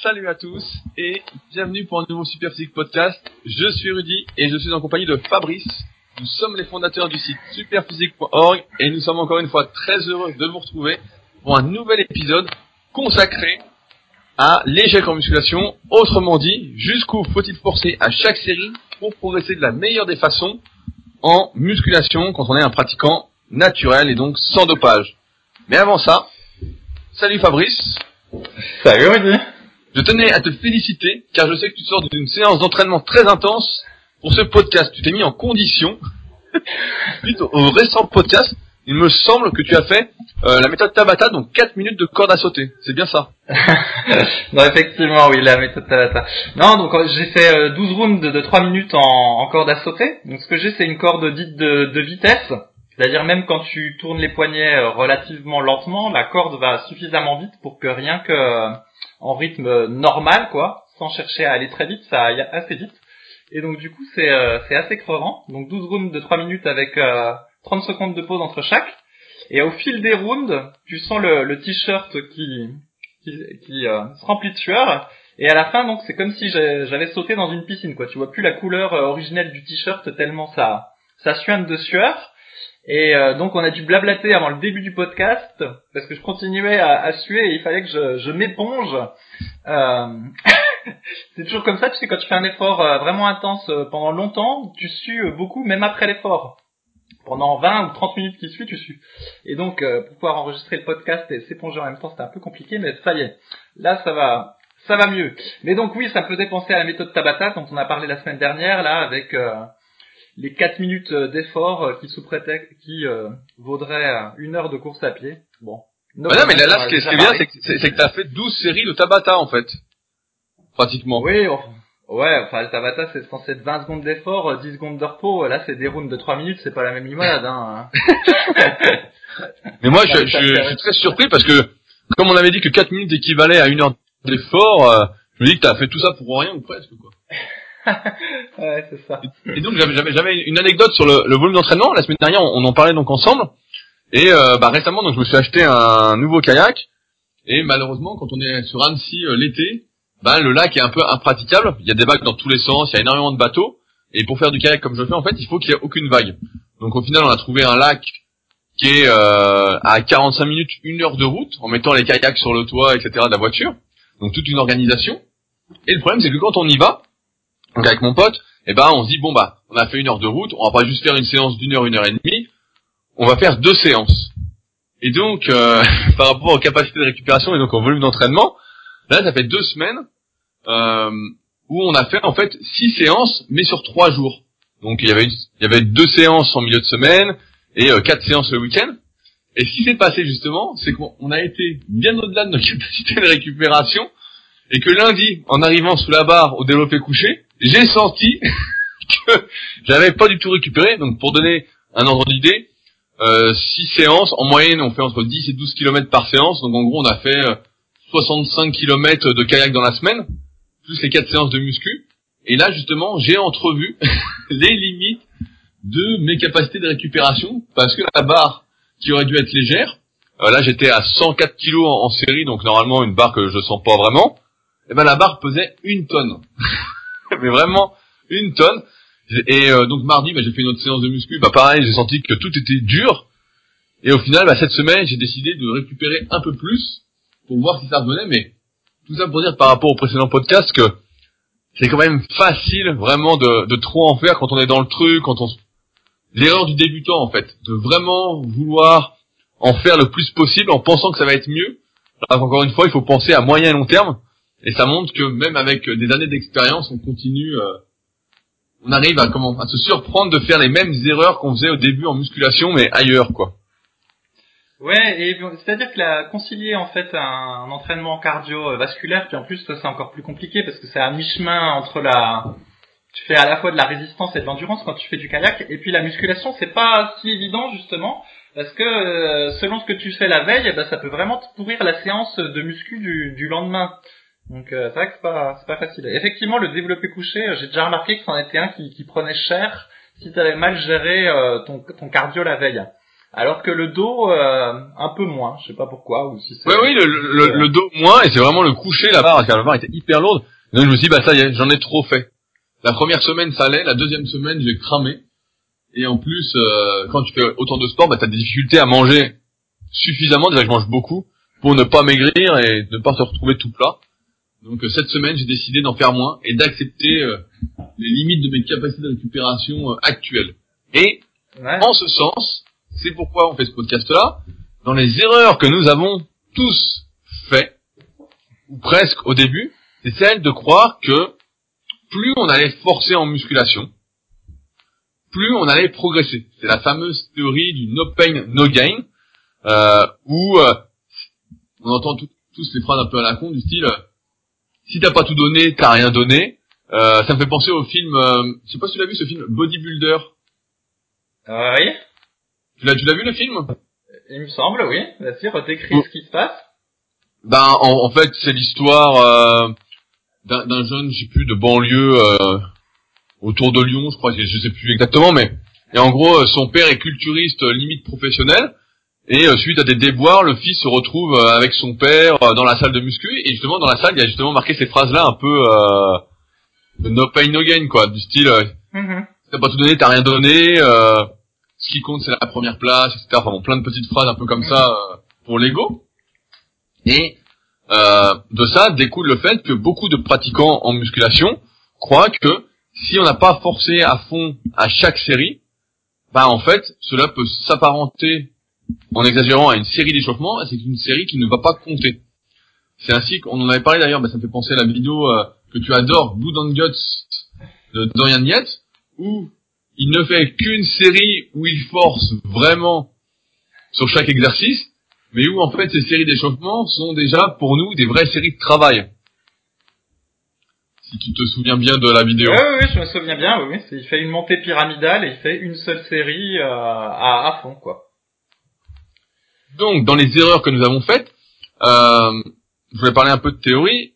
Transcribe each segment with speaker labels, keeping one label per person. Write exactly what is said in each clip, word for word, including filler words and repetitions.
Speaker 1: Salut à tous et bienvenue pour un nouveau Superphysique Podcast. Je suis Rudy et je suis en compagnie de Fabrice. Nous sommes les fondateurs du site superphysique point org et nous sommes encore une fois très heureux de vous retrouver pour un nouvel épisode consacré à l'échec en musculation. Autrement dit, jusqu'où faut-il forcer à chaque série pour progresser de la meilleure des façons en musculation quand on est un pratiquant naturel et donc sans dopage. Mais avant ça, salut Fabrice.
Speaker 2: Salut Rudy.
Speaker 1: Je tenais à te féliciter car je sais que tu sors d'une séance d'entraînement très intense pour ce podcast. Tu t'es mis en condition. Suite au, au récent podcast, il me semble que tu as fait euh, la méthode Tabata, donc quatre minutes de corde à sauter. C'est bien ça?
Speaker 2: Non, effectivement, oui, la méthode Tabata. Non, donc j'ai fait euh, douze rounds de, de trois minutes en, en corde à sauter. Donc ce que j'ai, c'est une corde dite de, de vitesse. C'est-à-dire même quand tu tournes les poignets euh, relativement lentement, la corde va suffisamment vite pour que rien que euh, en rythme normal, quoi, sans chercher à aller très vite, ça aille assez vite. Et donc du coup, c'est euh, c'est assez crevant. Donc douze rounds de trois minutes avec euh, trente secondes de pause entre chaque. Et au fil des rounds, tu sens le, le t-shirt qui qui, qui euh, se remplit de sueur. Et à la fin, donc c'est comme si j'avais sauté dans une piscine, quoi. Tu vois plus la couleur euh, originelle du t-shirt tellement ça ça suinte de sueur. Et euh, donc on a dû blablater avant le début du podcast parce que je continuais à, à suer et il fallait que je, je m'éponge. Euh... C'est toujours comme ça, tu sais, quand tu fais un effort euh, vraiment intense euh, pendant longtemps, tu sues euh, beaucoup même après l'effort. Pendant vingt ou trente minutes qui suivent, tu sues. Et donc euh, pour pouvoir enregistrer le podcast et s'éponger en même temps, c'était un peu compliqué, mais ça y est. Là ça va ça va mieux. Mais donc oui, ça me faisait penser à la méthode Tabata dont on a parlé la semaine dernière là avec euh, les quatre minutes d'effort qui sous prétexte qui euh, vaudraient une heure de course à pied. Bon.
Speaker 1: No bah non, mais là, là ce qui est bien, c'est que, c'est, c'est que t'as fait douze séries de Tabata, en fait. Pratiquement.
Speaker 2: Oui, enfin, ouais, enfin, le Tabata, c'est censé être vingt secondes d'effort, dix secondes de repos. Là, c'est des rounds de trois minutes, c'est pas la même limonade, hein.
Speaker 1: Mais moi, je, je, je, je suis très surpris parce que, comme on avait dit que quatre minutes équivalaient à une heure d'effort, euh, je me dis que t'as fait tout ça pour rien ou presque, quoi.
Speaker 2: Ouais, c'est ça.
Speaker 1: Et donc j'avais, j'avais, j'avais une anecdote sur le, le volume d'entraînement. La semaine dernière, on, on en parlait donc ensemble. Et euh, bah récemment, donc je me suis acheté un nouveau kayak. Et malheureusement, quand on est sur Annecy euh, l'été, bah le lac est un peu impraticable. Il y a des vagues dans tous les sens, il y a énormément de bateaux. Et pour faire du kayak comme je fais, en fait, il faut qu'il y ait aucune vague. Donc au final, on a trouvé un lac qui est euh, à quarante-cinq minutes, une heure de route, en mettant les kayaks sur le toit, et cetera de la voiture. Donc toute une organisation. Et le problème, c'est que quand on y va, donc avec mon pote, eh ben on se dit bon bah on a fait une heure de route, on va pas juste faire une séance d'une heure, une heure et demie, on va faire deux séances. Et donc euh, par rapport aux capacités de récupération et donc au volume d'entraînement, là ça fait deux semaines euh, où on a fait en fait six séances mais sur trois jours. Donc il y avait une, il y avait deux séances en milieu de semaine et euh, quatre séances le week-end. Et ce qui s'est passé justement, c'est qu'on a été bien au-delà de nos capacités de récupération et que lundi, en arrivant sous la barre au développé couché, j'ai senti que j'avais pas du tout récupéré. Donc pour donner un ordre d'idée, euh, six séances, en moyenne on fait entre dix et douze kilomètres par séance. Donc en gros on a fait euh, soixante-cinq kilomètres de kayak dans la semaine, plus les quatre séances de muscu. Et là justement j'ai entrevu les limites de mes capacités de récupération, parce que la barre qui aurait dû être légère, euh, là j'étais à cent quatre kilos en, en série, donc normalement une barre que je sens pas vraiment, et ben la barre pesait une tonne. Mais vraiment une tonne. Et euh, donc mardi, bah, j'ai fait une autre séance de muscu. Bah pareil, j'ai senti que tout était dur. Et au final, bah, cette semaine, j'ai décidé de récupérer un peu plus pour voir si ça revenait. Mais tout ça pour dire par rapport au précédent podcast que c'est quand même facile vraiment de, de trop en faire quand on est dans le truc, quand on l'erreur du débutant en fait, de vraiment vouloir en faire le plus possible en pensant que ça va être mieux. Alors encore une fois, il faut penser à moyen et long terme. Et ça montre que même avec des années d'expérience, on continue, euh, on arrive à comment, à se surprendre de faire les mêmes erreurs qu'on faisait au début en musculation, mais ailleurs, quoi.
Speaker 2: Ouais, et c'est-à-dire que la concilier en fait un, un entraînement cardiovasculaire, puis en plus ça c'est encore plus compliqué parce que c'est à mi-chemin entre la, tu fais à la fois de la résistance et de l'endurance quand tu fais du kayak, et puis la musculation c'est pas si évident justement parce que euh, selon ce que tu fais la veille, bah, ça peut vraiment te pourrir la séance de muscu du, du lendemain. Donc euh, c'est vrai que c'est pas c'est pas facile. Effectivement, le développé couché, j'ai déjà remarqué que c'en était un qui, qui prenait cher si tu avais mal géré euh, ton ton cardio la veille. Alors que le dos, euh, un peu moins, je sais pas pourquoi, ou si c'est...
Speaker 1: Ouais, oui, le, le, le dos moins, et c'est vraiment le coucher, la barre, parce que la barre était hyper lourde. Et donc je me suis dit, bah ça y est, j'en ai trop fait. La première semaine, ça allait, la deuxième semaine, j'ai cramé. Et en plus, euh, quand tu fais autant de sport, bah t'as des difficultés à manger suffisamment, déjà que je mange beaucoup, pour ne pas maigrir et ne pas se retrouver tout plat. Donc euh, cette semaine, j'ai décidé d'en faire moins et d'accepter euh, les limites de mes capacités de récupération euh, actuelles. Et
Speaker 2: Ouais.
Speaker 1: en ce sens, c'est pourquoi on fait ce podcast-là. Dans les erreurs que nous avons tous fait, ou presque au début, c'est celle de croire que plus on allait forcer en musculation, plus on allait progresser. C'est la fameuse théorie du no pain, no gain, euh, où euh, on entend tout, tous les phrases un peu à la con du style euh, si t'as pas tout donné, t'as rien donné. Euh, ça me fait penser au film, euh, je sais pas si tu l'as vu ce film, Bodybuilder.
Speaker 2: Euh, oui.
Speaker 1: Tu l'as, tu l'as vu le film?
Speaker 2: Il me semble, oui. Vas-y, redécris
Speaker 1: Oh.
Speaker 2: ce qui se passe.
Speaker 1: Ben en, en fait c'est l'histoire euh, d'un, d'un jeune, je sais plus, de banlieue euh, autour de Lyon, je crois, je, je sais plus exactement, mais et en gros euh, son père est culturiste euh, limite professionnel. Et euh, suite à des déboires, le fils se retrouve euh, avec son père euh, dans la salle de muscu, et justement dans la salle, il y a justement marqué ces phrases-là un peu euh, de no pain no gain, quoi, du style euh,
Speaker 2: Mm-hmm.
Speaker 1: si t'as pas tout donné, t'as rien donné, euh, ce qui compte c'est la première place, et cetera. Enfin bon, plein de petites phrases un peu comme ça euh, pour l'ego. Et euh, de ça découle le fait que beaucoup de pratiquants en musculation croient que si on n'a pas forcé à fond à chaque série, bah en fait, cela peut s'apparenter en exagérant à une série d'échauffements, c'est une série qui ne va pas compter. C'est ainsi qu'on en avait parlé d'ailleurs, bah ça me fait penser à la vidéo euh, que tu adores, Blood and Guts de Dorian Yates, où il ne fait qu'une série où il force vraiment sur chaque exercice, mais où en fait ces séries d'échauffements sont déjà pour nous des vraies séries de travail. Si tu te souviens bien de la vidéo.
Speaker 2: Oui, oui, oui, je me souviens bien, oui, oui. C'est- Il fait une montée pyramidale et il fait une seule série euh, à, à fond, quoi.
Speaker 1: Donc, dans les erreurs que nous avons faites, euh, je voulais parler un peu de théorie.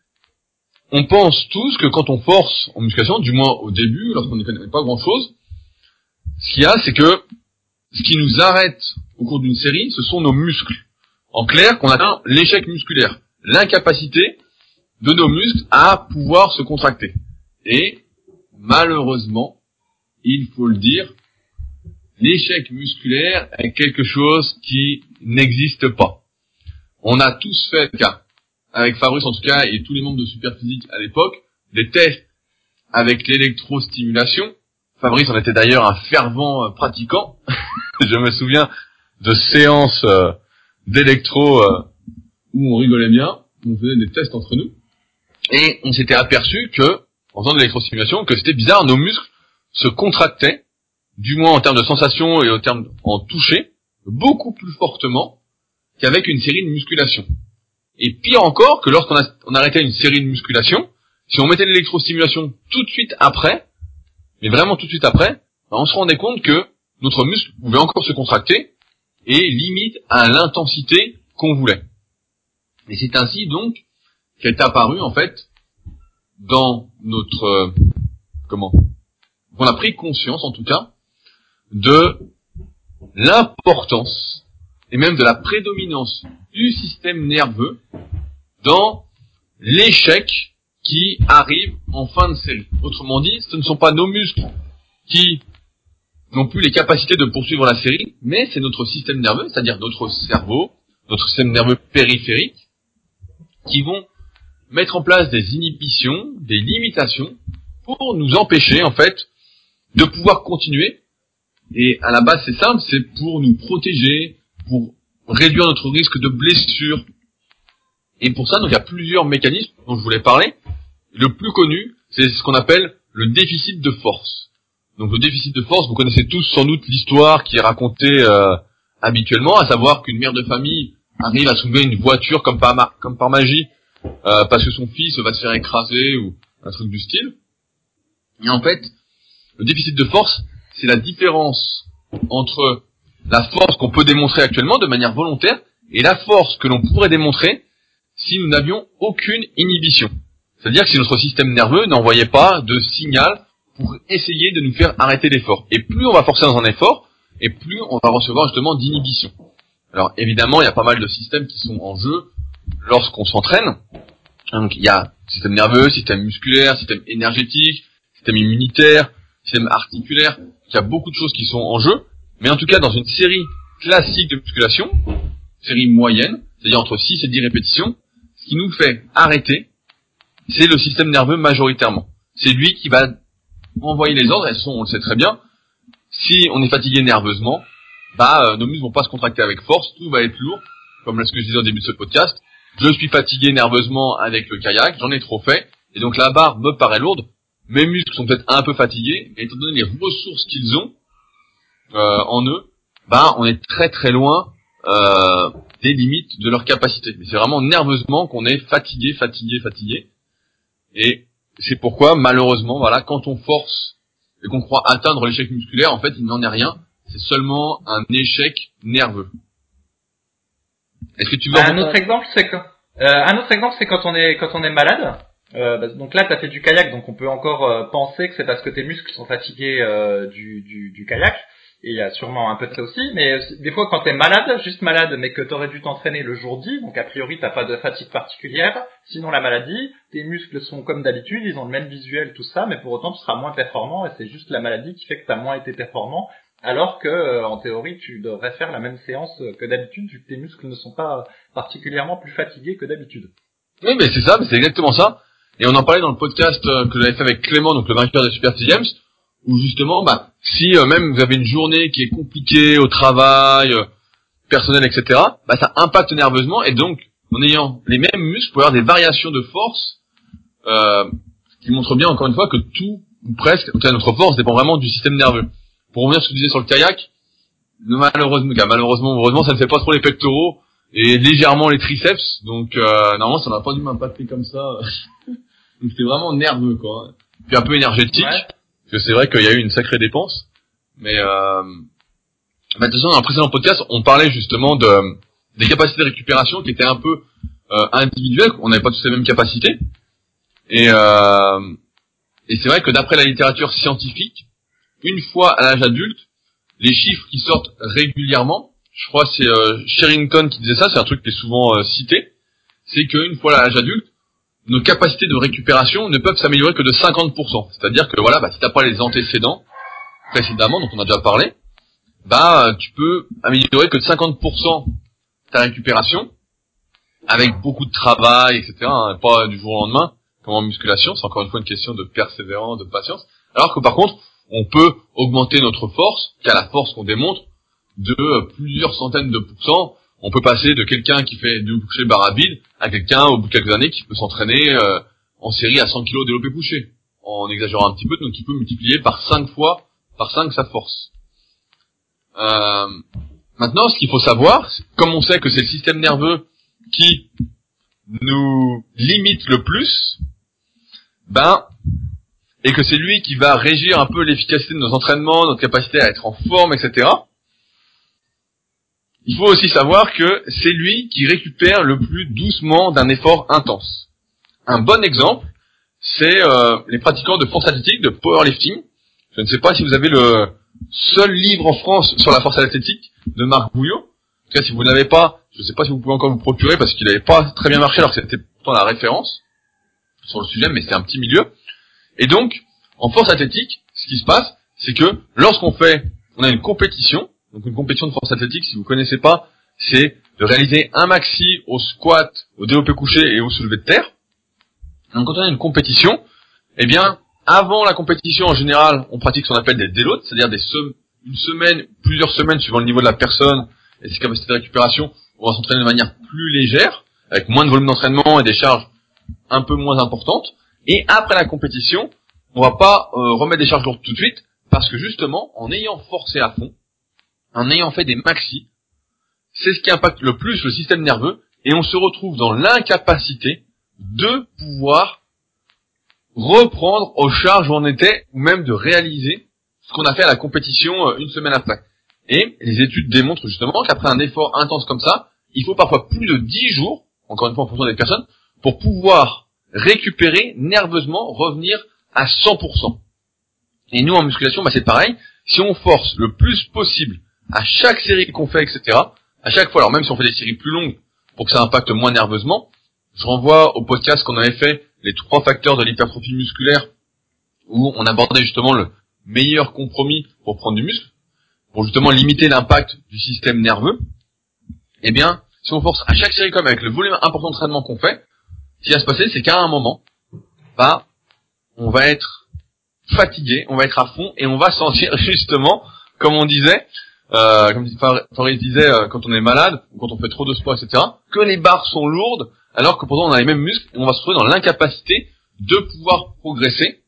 Speaker 1: On pense tous que quand on force en musculation, du moins au début, lorsqu'on n'y connaît pas grand-chose, ce qu'il y a, c'est que ce qui nous arrête au cours d'une série, ce sont nos muscles. En clair, qu'on atteint l'échec musculaire, l'incapacité de nos muscles à pouvoir se contracter. Et malheureusement, il faut le dire, l'échec musculaire est quelque chose qui n'existe pas. On a tous fait le cas, avec Fabrice en tout cas, et tous les membres de Superphysique à l'époque, des tests avec l'électrostimulation. Fabrice en était d'ailleurs un fervent euh, pratiquant. Je me souviens de séances euh, d'électro euh, où on rigolait bien, où on faisait des tests entre nous, et on s'était aperçu que, en faisant de l'électrostimulation, que c'était bizarre, nos muscles se contractaient, du moins en termes de sensation et en termes en toucher, beaucoup plus fortement qu'avec une série de musculation. Et pire encore, que lorsqu'on a, on arrêtait une série de musculation, si on mettait l'électrostimulation tout de suite après, mais vraiment tout de suite après, ben on se rendait compte que notre muscle pouvait encore se contracter et limite à l'intensité qu'on voulait. Et c'est ainsi donc qu'est apparu en fait dans notre euh, comment qu'on a pris conscience en tout cas de l'importance et même de la prédominance du système nerveux dans l'échec qui arrive en fin de série. Autrement dit, ce ne sont pas nos muscles qui n'ont plus les capacités de poursuivre la série, mais c'est notre système nerveux, c'est-à-dire notre cerveau, notre système nerveux périphérique, qui vont mettre en place des inhibitions, des limitations, pour nous empêcher, en fait, de pouvoir continuer. Et à la base, c'est simple, c'est pour nous protéger, pour réduire notre risque de blessure. Et pour ça, donc, il y a plusieurs mécanismes dont je voulais parler. Le plus connu, c'est ce qu'on appelle le déficit de force. Donc le déficit de force, vous connaissez tous sans doute l'histoire qui est racontée euh, habituellement, à savoir qu'une mère de famille arrive à soulever une voiture comme par, ma- comme par magie, euh, parce que son fils va se faire écraser ou un truc du style. Et en fait, le déficit de force, c'est la différence entre la force qu'on peut démontrer actuellement de manière volontaire et la force que l'on pourrait démontrer si nous n'avions aucune inhibition. C'est-à-dire que si notre système nerveux n'envoyait pas de signal pour essayer de nous faire arrêter l'effort. Et plus on va forcer dans un effort, et plus on va recevoir justement d'inhibition. Alors évidemment, il y a pas mal de systèmes qui sont en jeu lorsqu'on s'entraîne. Donc il y a système nerveux, système musculaire, système énergétique, système immunitaire, système articulaire. Il y a beaucoup de choses qui sont en jeu. Mais en tout cas, dans une série classique de musculation, série moyenne, c'est-à-dire entre six et dix répétitions, ce qui nous fait arrêter, c'est le système nerveux majoritairement. C'est lui qui va envoyer les ordres, elles sont, on le sait très bien. Si on est fatigué nerveusement, bah euh, nos muscles vont pas se contracter avec force, tout va être lourd, comme ce que je disais au début de ce podcast. Je suis fatigué nerveusement avec le kayak, j'en ai trop fait, et donc la barre me paraît lourde. Mes muscles sont peut-être un peu fatigués, mais étant donné les ressources qu'ils ont euh, en eux, bah on est très très loin euh, des limites de leur capacité. Mais c'est vraiment nerveusement qu'on est fatigué, fatigué, fatigué. Et c'est pourquoi, malheureusement, voilà, quand on force et qu'on croit atteindre l'échec musculaire, en fait, il n'en est rien. C'est seulement un échec nerveux. Est-ce que tu veux...
Speaker 2: Un autre exemple, c'est que, euh, un autre exemple, c'est quand on est, quand on est malade. Euh, bah, donc là, t'as fait du kayak, donc on peut encore euh, penser que c'est parce que tes muscles sont fatigués euh, du, du, du kayak. Et il y a sûrement un peu de ça aussi, mais des fois quand t'es malade, juste malade, mais que t'aurais dû t'entraîner le jour dit, donc a priori t'as pas de fatigue particulière, sinon la maladie, tes muscles sont comme d'habitude, ils ont le même visuel, tout ça, mais pour autant tu seras moins performant, et c'est juste la maladie qui fait que t'as moins été performant, alors que euh, en théorie tu devrais faire la même séance que d'habitude, vu que tes muscles ne sont pas particulièrement plus fatigués que d'habitude.
Speaker 1: Oui, mais c'est ça, mais c'est exactement ça. Et on en parlait dans le podcast que j'avais fait avec Clément, donc le vainqueur des Super Games, où justement, bah, si euh, même vous avez une journée qui est compliquée au travail, euh, personnel, et cetera, bah ça impacte nerveusement, et donc, en ayant les mêmes muscles, vous pouvez avoir des variations de force, euh, qui montrent bien, encore une fois, que tout, ou presque, en tout cas notre force dépend vraiment du système nerveux. Pour revenir à ce que tu disais sur le kayak, malheureusement, malheureusement, heureusement, ça ne fait pas trop les pectoraux, et légèrement les triceps, donc euh, normalement, ça n'a pas dû m'impacter comme ça. Donc c'était vraiment nerveux, quoi. Puis un peu énergétique.
Speaker 2: Ouais.
Speaker 1: Parce que c'est vrai qu'il y a eu une sacrée dépense, mais euh, bah, de toute façon, dans le précédent podcast, on parlait justement de des capacités de récupération qui étaient un peu euh, individuelles, on n'avait pas tous les mêmes capacités, et euh, et c'est vrai que d'après la littérature scientifique, une fois à l'âge adulte, les chiffres qui sortent régulièrement, je crois que c'est euh, Sherrington qui disait ça, c'est un truc qui est souvent euh, cité, c'est qu'une fois à l'âge adulte, nos capacités de récupération ne peuvent s'améliorer que de cinquante pour cent. C'est-à-dire que voilà, bah, si t'as pas les antécédents précédemment, dont on a déjà parlé, bah tu peux améliorer que de cinquante pour cent ta récupération, avec beaucoup de travail, et cetera, hein, pas du jour au lendemain, comme en musculation, c'est encore une fois une question de persévérance, de patience. Alors que par contre, on peut augmenter notre force, qu'à la force qu'on démontre, de euh, plusieurs centaines de pourcents. On peut passer de quelqu'un qui fait du coucher barre à vide à quelqu'un, au bout de quelques années, qui peut s'entraîner euh, en série à cent kilos développé couché. En exagérant un petit peu, donc il peut multiplier par cinq fois, par cinq sa force. Euh, maintenant, ce qu'il faut savoir, comme on sait que c'est le système nerveux qui nous limite le plus, ben, et que c'est lui qui va régir un peu l'efficacité de nos entraînements, notre capacité à être en forme, et cetera, il faut aussi savoir que c'est lui qui récupère le plus doucement d'un effort intense. Un bon exemple, c'est euh, les pratiquants de force athlétique, de powerlifting. Je ne sais pas si vous avez le seul livre en France sur la force athlétique de Marc Bouillot. En tout cas, si vous ne l'avez pas, je ne sais pas si vous pouvez encore vous procurer parce qu'il n'avait pas très bien marché alors que c'était pourtant la référence sur le sujet, mais c'est un petit milieu. Et donc, en force athlétique, ce qui se passe, c'est que lorsqu'on fait, on a une compétition. Donc une compétition de force athlétique, si vous connaissez pas, c'est de réaliser un maxi au squat, au développé couché et au soulevé de terre. Donc quand on a une compétition, eh bien, avant la compétition, en général, on pratique ce qu'on appelle des déloads, c'est-à-dire des sem- une semaine, plusieurs semaines, suivant le niveau de la personne et ses capacités de récupération, on va s'entraîner de manière plus légère, avec moins de volume d'entraînement et des charges un peu moins importantes. Et après la compétition, on va pas euh, remettre des charges lourdes tout de suite, parce que justement, en ayant forcé à fond, en ayant fait des maxi, c'est ce qui impacte le plus le système nerveux, et on se retrouve dans l'incapacité de pouvoir reprendre aux charges où on était, ou même de réaliser ce qu'on a fait à la compétition une semaine après. Et les études démontrent justement qu'après un effort intense comme ça, il faut parfois plus de dix jours, encore une fois en fonction des personnes, pour pouvoir récupérer nerveusement, revenir à cent pour cent. Et nous en musculation, bah c'est pareil, si on force le plus possible à chaque série qu'on fait, et cetera, à chaque fois, alors même si on fait des séries plus longues pour que ça impacte moins nerveusement, je renvoie au podcast qu'on avait fait, les trois facteurs de l'hypertrophie musculaire, où on abordait justement le meilleur compromis pour prendre du muscle, pour justement limiter l'impact du système nerveux. Eh bien, si on force à chaque série comme avec le volume important d'entraînement qu'on fait, ce qui va se passer, c'est qu'à un moment, bah, on va être fatigué, on va être à fond, et on va sentir justement, comme on disait, euh, comme Fabrice disait, euh, quand on est malade, ou quand on fait trop de sport, et cetera, que les barres sont lourdes, alors que pourtant on a les mêmes muscles, et on va se retrouver dans l'incapacité de pouvoir progresser,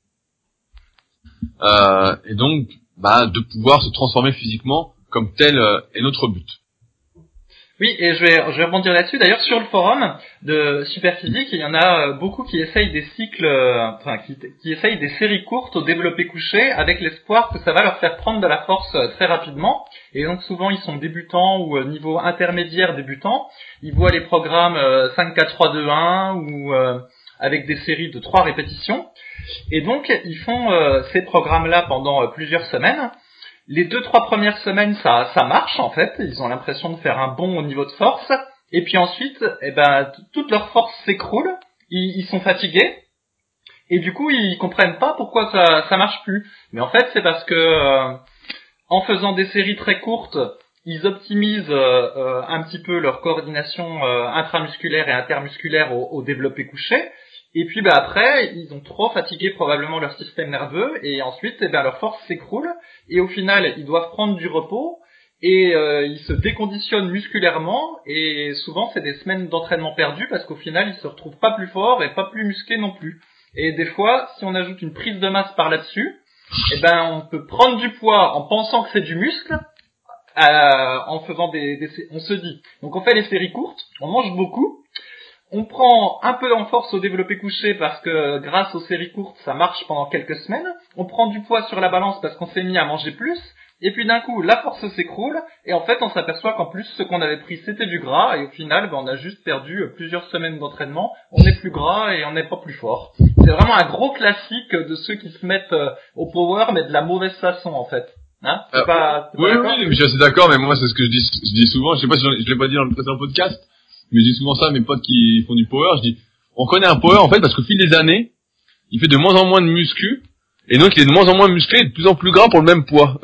Speaker 1: euh, et donc, bah, de pouvoir se transformer physiquement, comme tel euh, est notre but.
Speaker 2: Oui, et je vais, je vais rebondir là-dessus. D'ailleurs, sur le forum de Superphysique, il y en a beaucoup qui essayent des cycles, euh, enfin, qui, qui essayent des séries courtes au développé couché avec l'espoir que ça va leur faire prendre de la force euh, très rapidement. Et donc, souvent, ils sont débutants ou euh, niveau intermédiaire débutant. Ils voient les programmes euh, cinq, quatre, trois, deux, un ou euh, avec des séries de trois répétitions. Et donc, ils font euh, ces programmes-là pendant euh, plusieurs semaines. Les deux, trois premières semaines, ça, ça marche, en fait. Ils ont l'impression de faire un bond au niveau de force. Et puis ensuite, eh ben, t- toute leur force s'écroule. Ils, ils sont fatigués. Et du coup, ils comprennent pas pourquoi ça, ça marche plus. Mais en fait, c'est parce que, euh, en faisant des séries très courtes, ils optimisent euh, euh, un petit peu leur coordination euh, intramusculaire et intermusculaire au, au développé couché. Et puis bah après, ils ont trop fatigué probablement leur système nerveux et ensuite eh ben, leur force s'écroule et au final ils doivent prendre du repos et euh, ils se déconditionnent musculairement et souvent c'est des semaines d'entraînement perdues parce qu'au final ils se retrouvent pas plus forts et pas plus musclés non plus. Et des fois, si on ajoute une prise de masse par là-dessus, eh ben on peut prendre du poids en pensant que c'est du muscle. Euh, en faisant des, des on se dit donc on fait les séries courtes, on mange beaucoup. On prend un peu en force au développé couché parce que grâce aux séries courtes, ça marche pendant quelques semaines. On prend du poids sur la balance parce qu'on s'est mis à manger plus. Et puis d'un coup, la force s'écroule. Et en fait, on s'aperçoit qu'en plus, ce qu'on avait pris, c'était du gras. Et au final, ben, on a juste perdu plusieurs semaines d'entraînement. On est plus gras et on n'est pas plus fort. C'est vraiment un gros classique de ceux qui se mettent au power, mais de la mauvaise façon, en fait. Hein c'est
Speaker 1: euh,
Speaker 2: pas, c'est
Speaker 1: oui,
Speaker 2: pas
Speaker 1: oui, mais je suis assez d'accord, mais moi, c'est ce que je dis, je dis souvent. Je sais pas si je l'ai pas dit dans le précédent podcast. Mais je dis souvent ça à mes potes qui font du power, je dis, on connaît un power en fait parce qu'au fil des années, il fait de moins en moins de muscu, et donc il est de moins en moins musclé et de plus en plus gras pour le même poids.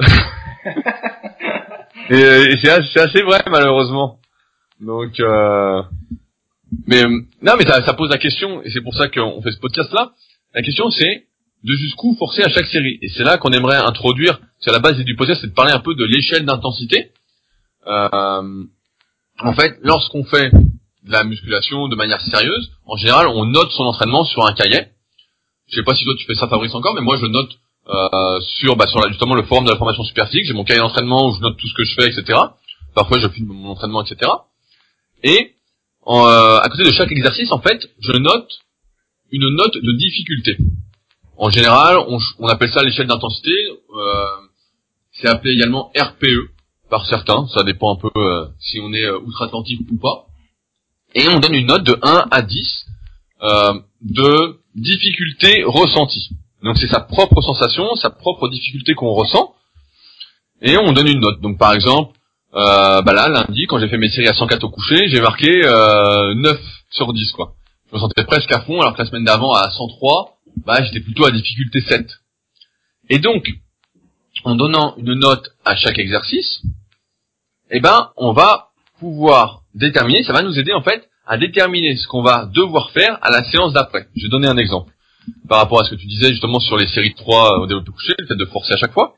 Speaker 1: et, et c'est, assez, c'est assez vrai malheureusement. Donc, euh... mais non, mais ça, ça pose la question, et c'est pour ça qu'on fait ce podcast-là. La question c'est de jusqu'où forcer à chaque série. Et c'est là qu'on aimerait introduire, c'est à la base du podcast, c'est de parler un peu de l'échelle d'intensité. Euh... En fait, lorsqu'on fait de la musculation de manière sérieuse, en général, on note son entraînement sur un cahier. Je sais pas si toi tu fais ça, Fabrice, encore, mais moi je note euh, sur, bah, sur la, justement le forum de la formation Superphysique. J'ai mon cahier d'entraînement où je note tout ce que je fais, et cetera. Parfois, je filme mon entraînement, et cetera. Et en, euh, à côté de chaque exercice, en fait, je note une note de difficulté. En général, on, on appelle ça l'échelle d'intensité. Euh, c'est appelé également R P E par certains. Ça dépend un peu euh, si on est euh, outre-Atlantique ou pas. Et on donne une note de un à dix euh, de difficulté ressentie. Donc c'est sa propre sensation, sa propre difficulté qu'on ressent, et on donne une note. Donc par exemple, euh, bah là, lundi, quand j'ai fait mes séries à cent quatre au coucher, j'ai marqué euh, neuf sur dix, quoi. Je me sentais presque à fond, alors que la semaine d'avant, à cent trois, bah j'étais plutôt à difficulté sept. Et donc, en donnant une note à chaque exercice, eh ben, on va pouvoir déterminer, ça va nous aider en fait à déterminer ce qu'on va devoir faire à la séance d'après. Je vais donner un exemple. Par rapport à ce que tu disais justement sur les séries de trois au développé couché, le fait de forcer à chaque fois.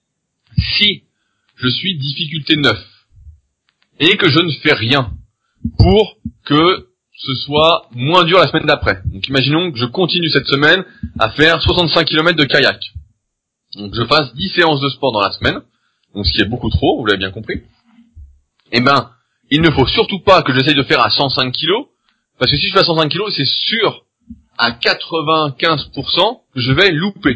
Speaker 1: Si je suis difficulté neuf et que je ne fais rien pour que ce soit moins dur la semaine d'après. Donc imaginons que je continue cette semaine à faire soixante-cinq kilomètres de kayak. Donc je fasse dix séances de sport dans la semaine, donc ce qui est beaucoup trop, vous l'avez bien compris. Eh ben, il ne faut surtout pas que j'essaye de faire à cent cinq kilos, parce que si je fais à cent cinq kilos, c'est sûr à quatre-vingt-quinze pour cent que je vais louper.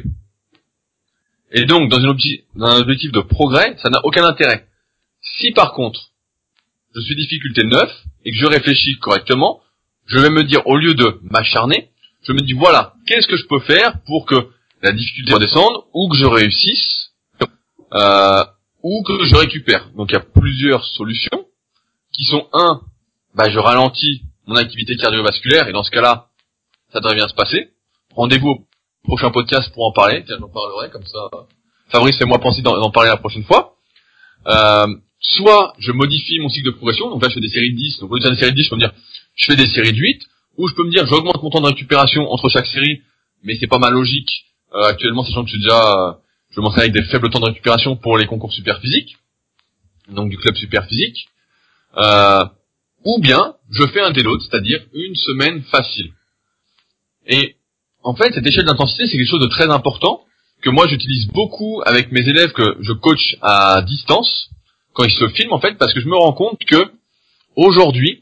Speaker 1: Et donc, dans, une obje- dans un objectif de progrès, ça n'a aucun intérêt. Si par contre, je suis difficulté neuf, et que je réfléchis correctement, je vais me dire, au lieu de m'acharner, je me dis, voilà, qu'est-ce que je peux faire pour que la difficulté redescende, ou que je réussisse euh, ou que je récupère. Donc il y a plusieurs solutions qui sont un, bah je ralentis mon activité cardiovasculaire et dans ce cas-là, ça devrait bien se passer. Rendez-vous au prochain podcast pour en parler. Tiens, j'en parlerai comme ça. Fabrice, fais-moi penser d'en, d'en parler la prochaine fois. Euh, soit je modifie mon cycle de progression, donc là je fais des séries de dix, donc au lieu de faire des séries de dix, je peux me dire je fais des séries de huit, ou je peux me dire j'augmente mon temps de récupération entre chaque série, mais c'est pas ma logique euh, actuellement, sachant que je suis déjà euh, je m'entraîne avec des faibles temps de récupération pour les concours super physiques, donc du club super physique, euh, ou bien je fais un déload, c'est-à-dire une semaine facile. Et en fait cette échelle d'intensité c'est quelque chose de très important que moi j'utilise beaucoup avec mes élèves que je coach à distance quand ils se filment en fait, parce que je me rends compte que aujourd'hui,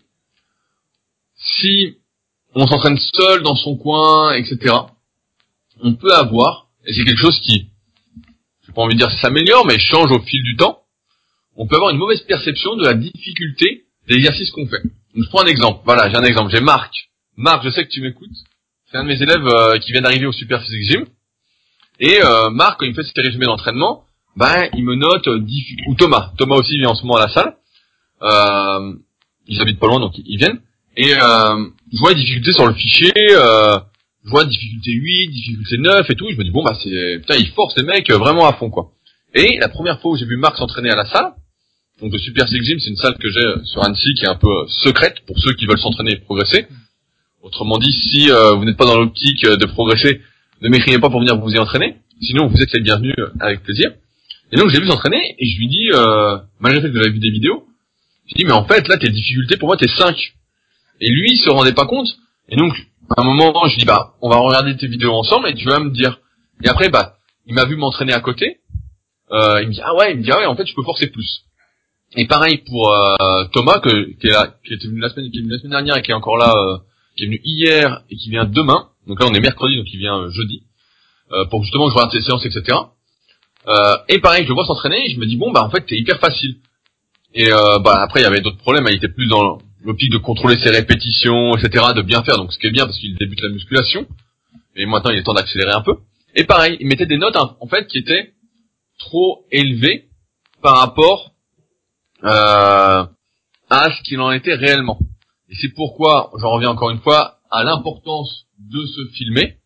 Speaker 1: si on s'entraîne seul dans son coin, et cetera, on peut avoir, et c'est quelque chose qui, j'ai pas envie de dire s'améliore, mais change au fil du temps, on peut avoir une mauvaise perception de la difficulté des exercices qu'on fait. Donc je prends un exemple, voilà, j'ai un exemple, j'ai Marc. Marc, je sais que tu m'écoutes, c'est un de mes élèves euh, qui vient d'arriver au Super Physique Gym, et euh, Marc, quand il me fait ses résumés d'entraînement, ben il me note euh, diffi- ou Thomas, Thomas aussi vient en ce moment à la salle, euh, ils habitent pas loin donc ils viennent, et euh, je vois les difficultés sur le fichier, euh, je vois difficulté huit, difficulté neuf et tout, et je me dis bon bah c'est, putain ils forcent les mecs vraiment à fond quoi. Et la première fois où j'ai vu Marc s'entraîner à la salle, donc le Super Six Gym, c'est une salle que j'ai sur Annecy qui est un peu euh, secrète pour ceux qui veulent s'entraîner et progresser. Autrement dit, si euh, vous n'êtes pas dans l'optique de progresser, ne m'écrivez pas pour venir vous y entraîner, sinon vous êtes les bienvenus euh, avec plaisir. Et donc j'ai vu s'entraîner et je lui dis, euh, malgré le fait que j'avais vu des vidéos, je lui dis mais en fait là tes difficultés pour moi t'es cinq. Et lui il se rendait pas compte. Et donc à un moment je dis bah on va regarder tes vidéos ensemble et tu vas me dire. Et après bah il m'a vu m'entraîner à côté. Euh, il me dit ah ouais il me dit ah ouais en fait je peux forcer plus. Et pareil pour euh, Thomas que, qui est là, qui était venu la semaine qui est venu la semaine dernière et qui est encore là, euh, qui est venu hier et qui vient demain. Donc là on est mercredi donc il vient euh, jeudi euh, pour justement que je regarde ses séances et cetera. Euh, et pareil je le vois s'entraîner et je me dis bon bah en fait t'es hyper facile. Et euh, bah après il y avait d'autres problèmes, il était plus dans l'optique de contrôler ses répétitions, et cetera, de bien faire, donc ce qui est bien parce qu'il débute la musculation. Et maintenant il est temps d'accélérer un peu. Et pareil, il mettait des notes hein, en fait qui étaient trop élevées par rapport euh, à ce qu'il en était réellement. Et c'est pourquoi, j'en reviens encore une fois, à l'importance de se filmer,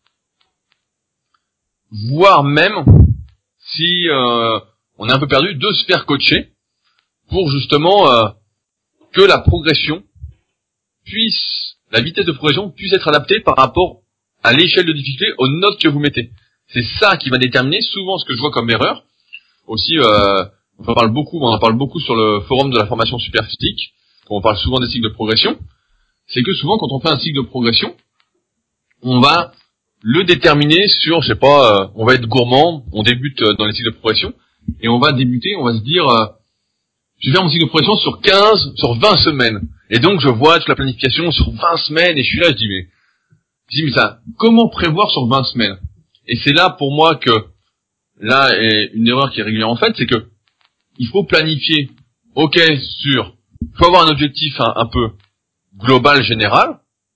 Speaker 1: voire même, si euh, on est un peu perdu, de se faire coacher pour justement euh, que la progression puisse, la vitesse de progression puisse être adaptée par rapport à l'échelle de difficulté, aux notes que vous mettez. C'est ça qui va déterminer souvent ce que je vois comme erreur. Aussi, euh, on en parle beaucoup, on en parle beaucoup sur le forum de la formation super physique, quand on parle souvent des cycles de progression. C'est que souvent, quand on fait un cycle de progression, on va le déterminer sur, je sais pas, euh, on va être gourmand, on débute dans les cycles de progression, et on va débuter, on va se dire, euh, je vais faire mon cycle de progression sur quinze, sur vingt semaines. Et donc, je vois toute la planification sur vingt semaines, et je suis là, je dis, mais, je dis, mais ça, comment prévoir sur vingt semaines? Et c'est là, pour moi, que, là, est une erreur qui est régulière en fait, c'est que, il faut planifier, ok, sur, il faut avoir un objectif un, un peu global, général,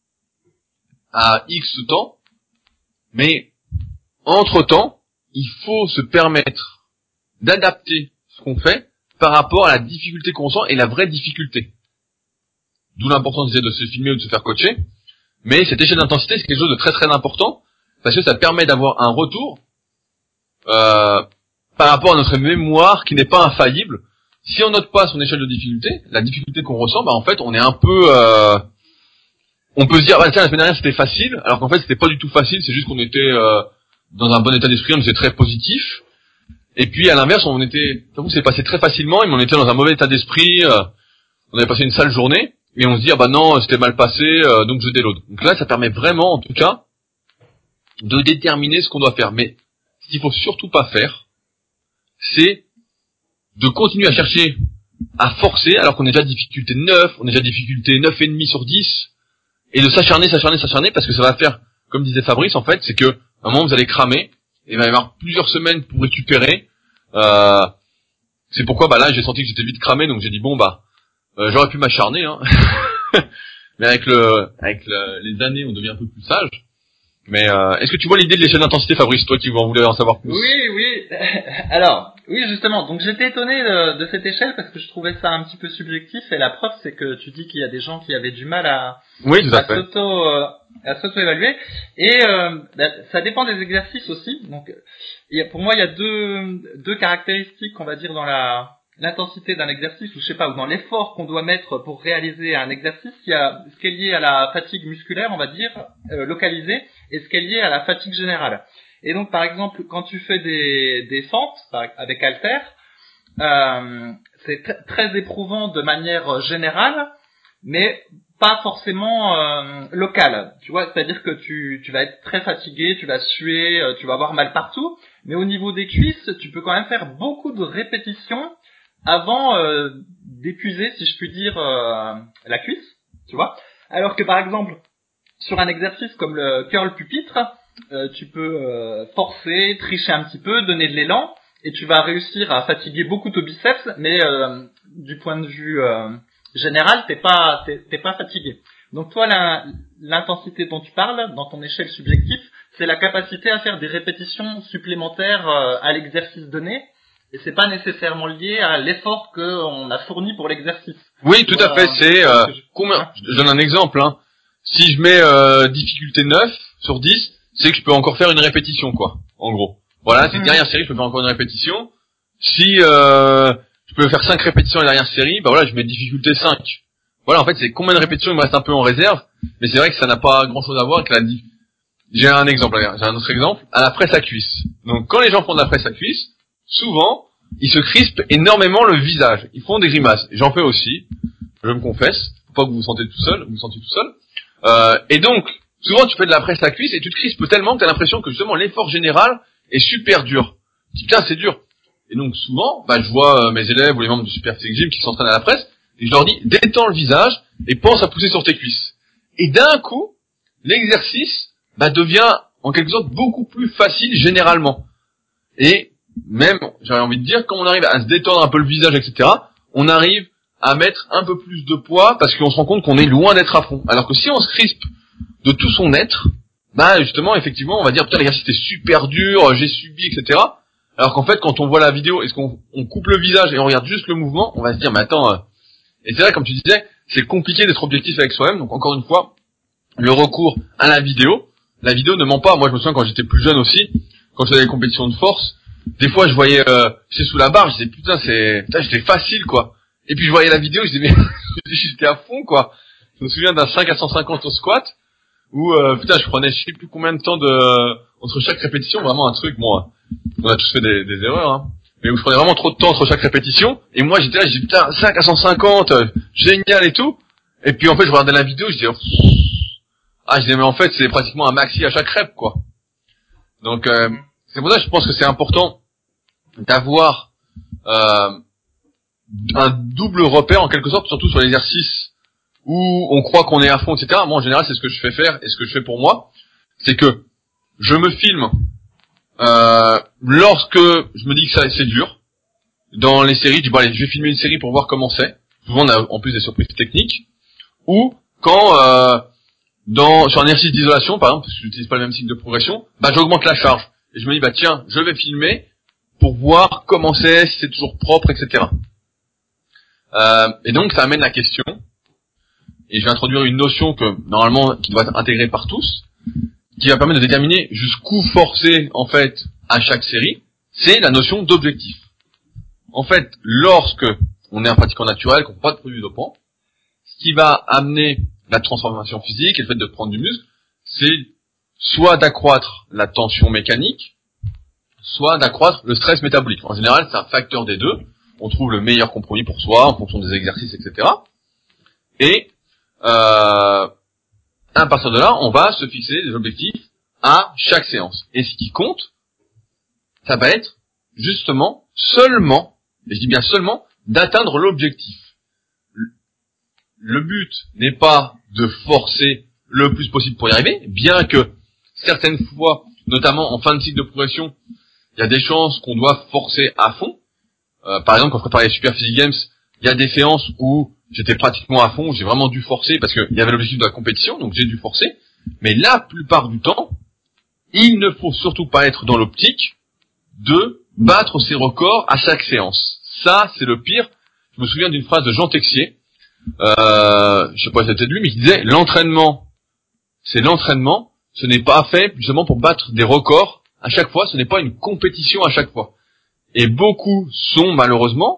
Speaker 1: à X temps, mais, entre-temps, il faut se permettre d'adapter ce qu'on fait par rapport à la difficulté qu'on ressent et la vraie difficulté. D'où l'importance de se filmer ou de se faire coacher. Mais cette échelle d'intensité, c'est quelque chose de très très important, parce que ça permet d'avoir un retour euh, par rapport à notre mémoire qui n'est pas infaillible. Si on note pas son échelle de difficulté, la difficulté qu'on ressent, bah en fait on est un peu... Euh, on peut se dire, bah, tiens la semaine dernière c'était facile, alors qu'en fait c'était pas du tout facile, c'est juste qu'on était euh, dans un bon état d'esprit, on était très positif. Et puis à l'inverse, on était, ça vous c'est passé très facilement, mais on était dans un mauvais état d'esprit, euh, on avait passé une sale journée, et on se dit, ah bah non, c'était mal passé, euh, donc je déload. Donc là, ça permet vraiment, en tout cas, de déterminer ce qu'on doit faire. Mais ce qu'il faut surtout pas faire, c'est de continuer à chercher, à forcer, alors qu'on est déjà à difficulté neuf, on est déjà à difficulté neuf virgule cinq sur dix, et de s'acharner, s'acharner, s'acharner, parce que ça va faire, comme disait Fabrice, en fait, c'est que, à un moment, vous allez cramer, et il va y avoir plusieurs semaines pour récupérer. Euh, c'est pourquoi, bah là, j'ai senti que j'étais vite cramé, donc j'ai dit, bon, bah, euh, j'aurais pu m'acharner, hein. Mais avec le, avec le, les années, on devient un peu plus sage. Mais euh, est-ce que tu vois l'idée de l'échelle d'intensité, Fabrice, toi qui en voulais en savoir plus?
Speaker 2: Oui, oui. Alors, oui, justement. Donc, j'étais étonné de, de cette échelle parce que je trouvais ça un petit peu subjectif. Et la preuve, c'est que tu dis qu'il y a des gens qui avaient du mal à,
Speaker 1: Oui, tout à,
Speaker 2: à
Speaker 1: fait.
Speaker 2: s'auto, euh, à s'auto-évaluer. Et euh, ça dépend des exercices aussi. Donc, il y a, pour moi, il y a deux, deux caractéristiques, on va dire, dans la l'intensité d'un exercice, ou je sais pas, ou dans l'effort qu'on doit mettre pour réaliser un exercice. Il y a ce qui est lié à la fatigue musculaire, on va dire, euh, localisée, et ce qui est lié à la fatigue générale. Et donc, par exemple, quand tu fais des, des fentes avec haltère, euh, c'est t- très éprouvant de manière générale, mais pas forcément euh, locale. Tu vois, c'est-à-dire que tu, tu vas être très fatigué, tu vas suer, euh, tu vas avoir mal partout, mais au niveau des cuisses, tu peux quand même faire beaucoup de répétitions avant euh, d'épuiser, si je puis dire, euh, la cuisse, tu vois. Alors que, par exemple, sur un exercice comme le curl pupitre, euh, tu peux euh, forcer, tricher un petit peu, donner de l'élan, et tu vas réussir à fatiguer beaucoup ton biceps, mais euh, du point de vue euh, général, t'es pas t'es, t'es pas fatigué. Donc toi, la, l'intensité dont tu parles, dans ton échelle subjective, c'est la capacité à faire des répétitions supplémentaires euh, à l'exercice donné, et c'est pas nécessairement lié à l'effort qu'on a fourni pour l'exercice.
Speaker 1: Oui, tout
Speaker 2: voilà,
Speaker 1: à fait. C'est euh,
Speaker 2: je...
Speaker 1: combien
Speaker 2: hein
Speaker 1: je donne un exemple. Hein. Si je mets euh, difficulté neuf sur dix, c'est que je peux encore faire une répétition, quoi. En gros. Voilà, c'est que dernière série, je peux faire encore une répétition. Si euh, je peux faire cinq répétitions la dernière série, bah voilà, je mets difficulté cinq. Voilà, en fait, c'est combien de répétitions il me reste un peu en réserve. Mais c'est vrai que ça n'a pas grand-chose à voir avec la diff. J'ai un exemple, j'ai un autre exemple. À la presse à cuisse. Donc, quand les gens font de la presse à cuisse, souvent, ils se crispent énormément le visage. Ils font des grimaces. J'en fais aussi. Je me confesse. Faut pas que vous vous sentez tout seul, vous vous sentez tout seul. Euh, et donc, souvent, tu fais de la presse à cuisse et tu te crispes tellement que t'as l'impression que justement l'effort général est super dur. Tu dis, putain, c'est dur. Et donc, souvent, bah, je vois euh, mes élèves ou les membres du Super Physique Gym qui s'entraînent à la presse et je leur dis, détends le visage et pense à pousser sur tes cuisses. Et d'un coup, l'exercice, bah, devient en quelque sorte beaucoup plus facile généralement. Et même, j'aurais envie de dire, quand on arrive à se détendre un peu le visage, et cetera, on arrive à mettre un peu plus de poids parce qu'on se rend compte qu'on est loin d'être à fond. Alors que si on se crispe de tout son être, bah justement, effectivement, on va dire, putain, l'exercice était super dur, j'ai subi, et cetera. Alors qu'en fait, quand on voit la vidéo, est-ce qu'on on coupe le visage et on regarde juste le mouvement, on va se dire, mais attends, euh... et c'est vrai, comme tu disais, c'est compliqué d'être objectif avec soi-même. Donc encore une fois, le recours à la vidéo, la vidéo ne ment pas. Moi, je me souviens quand j'étais plus jeune aussi, quand je faisais des compétitions de force, des fois, je voyais, euh, j'étais sous la barre, je disais, putain, c'est, putain, j'étais facile, quoi. Et puis, je voyais la vidéo, je disais, mais, j'étais à fond, quoi. Je me souviens d'un cinq à cent cinquante au squat, où, euh, putain, je prenais, je sais plus combien de temps de, entre chaque répétition, vraiment un truc, bon, on a tous fait des, des erreurs, hein. Mais où je prenais vraiment trop de temps entre chaque répétition, et moi, j'étais là, je disais, putain, cinq à cent cinquante, euh, génial et tout. Et puis, en fait, je regardais la vidéo, je disais, ah, je disais, mais en fait, c'est pratiquement un maxi à chaque rep, quoi. Donc, euh, c'est pour ça que je pense que c'est important d'avoir euh, un double repère en quelque sorte, surtout sur l'exercice où on croit qu'on est à fond, et cetera. Moi, en général, c'est ce que je fais faire et ce que je fais pour moi, c'est que je me filme euh, lorsque je me dis que ça c'est dur. Dans les séries, je dis bon allez, je vais filmer une série pour voir comment c'est. Souvent, on a en plus des surprises techniques. Ou quand euh, dans sur un exercice d'isolation, par exemple, parce que je n'utilise pas le même cycle de progression, bah j'augmente la charge et je me dis bah tiens, je vais filmer pour voir comment c'est, si c'est toujours propre, et cetera. Euh, et donc ça amène la question, et je vais introduire une notion que normalement qui doit être intégrée par tous, qui va permettre de déterminer jusqu'où forcer en fait à chaque série. C'est la notion d'objectif. En fait, lorsque on est un pratiquant naturel, qu'on ne prend pas de produits dopants, ce qui va amener la transformation physique et le fait de prendre du muscle, c'est soit d'accroître la tension mécanique, soit d'accroître le stress métabolique. En général, c'est un facteur des deux. On trouve le meilleur compromis pour soi en fonction des exercices, et cetera. Et euh, à partir de là, on va se fixer des objectifs à chaque séance. Et ce qui compte, ça va être justement seulement, et je dis bien seulement, d'atteindre l'objectif. Le but n'est pas de forcer le plus possible pour y arriver, bien que certaines fois, notamment en fin de cycle de progression, il y a des chances qu'on doit forcer à fond. Euh, par exemple, quand je préparais les Super Physique Games, il y a des séances où j'étais pratiquement à fond, où j'ai vraiment dû forcer parce qu'il y avait l'objectif de la compétition, donc j'ai dû forcer. Mais la plupart du temps, il ne faut surtout pas être dans l'optique de battre ses records à chaque séance. Ça, c'est le pire. Je me souviens d'une phrase de Jean Texier, euh, je sais pas si c'était lui, mais il disait, l'entraînement, c'est l'entraînement, ce n'est pas fait justement pour battre des records à chaque fois, ce n'est pas une compétition à chaque fois. Et beaucoup sont malheureusement,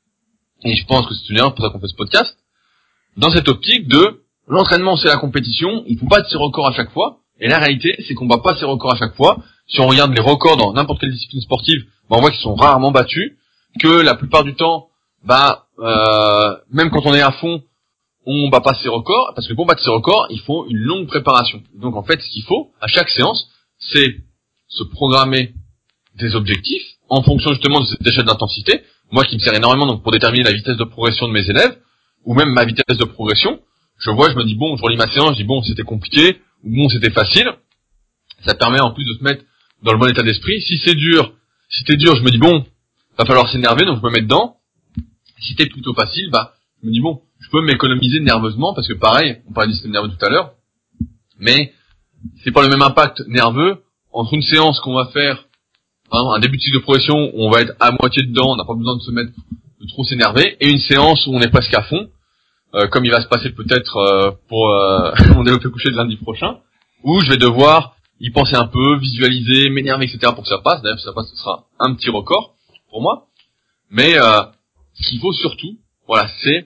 Speaker 1: et je pense que c'est une erreur pour ça qu'on fait ce podcast, dans cette optique de l'entraînement c'est la compétition, il faut battre ses records à chaque fois, et la réalité c'est qu'on bat pas ses records à chaque fois. Si on regarde les records dans n'importe quelle discipline sportive, bah on voit qu'ils sont rarement battus, que la plupart du temps, bah euh, même quand on est à fond, on bat pas ses records, parce que pour battre ses records, il faut une longue préparation. Donc en fait, ce qu'il faut à chaque séance, c'est se programmer des objectifs en fonction justement de cette échelle d'intensité. Moi qui me sert énormément donc pour déterminer la vitesse de progression de mes élèves, ou même ma vitesse de progression, je vois, je me dis bon, je relis ma séance, je dis bon, c'était compliqué, ou bon, c'était facile. Ça permet en plus de se mettre dans le bon état d'esprit. Si c'est dur, si t'es dur, je me dis bon, va falloir s'énerver, donc je me mets dedans. Si t'es plutôt facile, bah, je me dis bon, je peux m'économiser nerveusement, parce que pareil, on parlait du système nerveux tout à l'heure, mais c'est pas le même impact nerveux entre une séance qu'on va faire, hein, un début de cycle de progression où on va être à moitié dedans, on n'a pas besoin de se mettre, de trop s'énerver, et une séance où on est presque à fond, euh, comme il va se passer peut-être euh, pour euh, mon développé couché de lundi prochain, où je vais devoir y penser un peu, visualiser, m'énerver, et cetera pour que ça passe. D'ailleurs, si ça passe, ce sera un petit record pour moi. Mais euh, ce qu'il faut surtout, voilà, c'est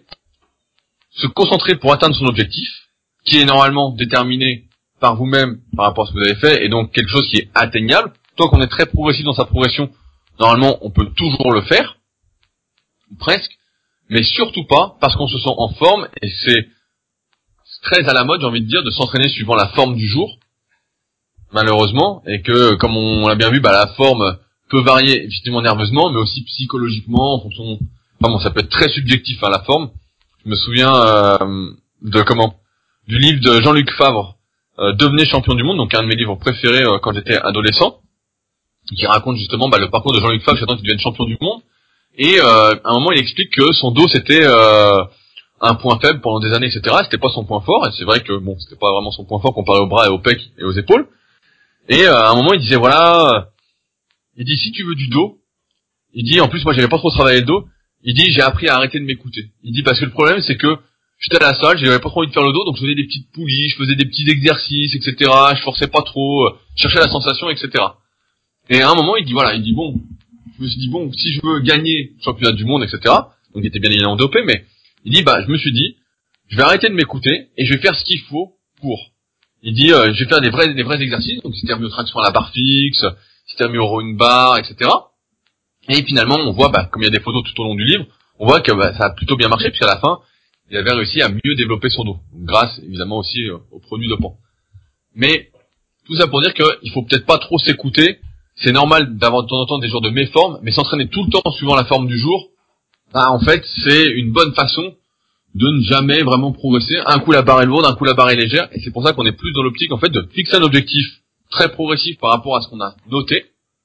Speaker 1: se concentrer pour atteindre son objectif, qui est normalement déterminé par vous-même par rapport à ce que vous avez fait, et donc quelque chose qui est atteignable. Tant qu'on est très progressif dans sa progression, normalement, on peut toujours le faire, ou presque, mais surtout pas parce qu'on se sent en forme, et c'est très à la mode, j'ai envie de dire, de s'entraîner suivant la forme du jour, malheureusement, et que, comme on l'a bien vu, bah, la forme peut varier effectivement nerveusement, mais aussi psychologiquement, en fonction, enfin bon, ça peut être très subjectif, hein, la forme. Je me souviens euh, de comment, du livre de Jean-Luc Favre, euh, Devenez champion du monde, donc un de mes livres préférés euh, quand j'étais adolescent, qui raconte justement bah, le parcours de Jean-Luc Favre, j'attends qu'il devienne champion du monde. Et euh, à un moment, il explique que son dos c'était euh, un point faible pendant des années, et cetera. C'était pas son point fort, et c'est vrai que bon, c'était pas vraiment son point fort comparé aux bras et aux pecs et aux épaules. Et euh, à un moment, il disait voilà, euh, il dit si tu veux du dos, il dit en plus moi j'avais pas trop travaillé le dos, il dit j'ai appris à arrêter de m'écouter. Il dit parce que le problème c'est que j'étais à la salle, j'avais pas trop envie de faire le dos, donc je faisais des petites poulies, je faisais des petits exercices, et cetera. Je forçais pas trop, euh, je cherchais la sensation, et cetera. Et à un moment, il dit voilà, il dit bon, je me suis dit bon, si je veux gagner le championnat du monde, et cetera. Donc il était bien évidemment dopé, mais il dit bah je me suis dit, je vais arrêter de m'écouter et je vais faire ce qu'il faut pour. Il dit euh, je vais faire des vrais des vrais exercices, donc c'était remis aux tractions à la barre fixe, c'était remis au rowing bar, et cetera. Et finalement, on voit bah comme il y a des photos tout au long du livre, on voit que bah, ça a plutôt bien marché puisqu'à la fin, il avait réussi à mieux développer son dos, grâce évidemment aussi euh, aux produits dopants. Mais tout ça pour dire qu'il faut peut-être pas trop s'écouter. C'est normal d'avoir de temps en temps des jours de méforme, mais s'entraîner tout le temps suivant la forme du jour, bah en fait c'est une bonne façon de ne jamais vraiment progresser. Un coup la barre est lourde, un coup la barre est légère, et c'est pour ça qu'on est plus dans l'optique en fait de fixer un objectif très progressif par rapport à ce qu'on a noté,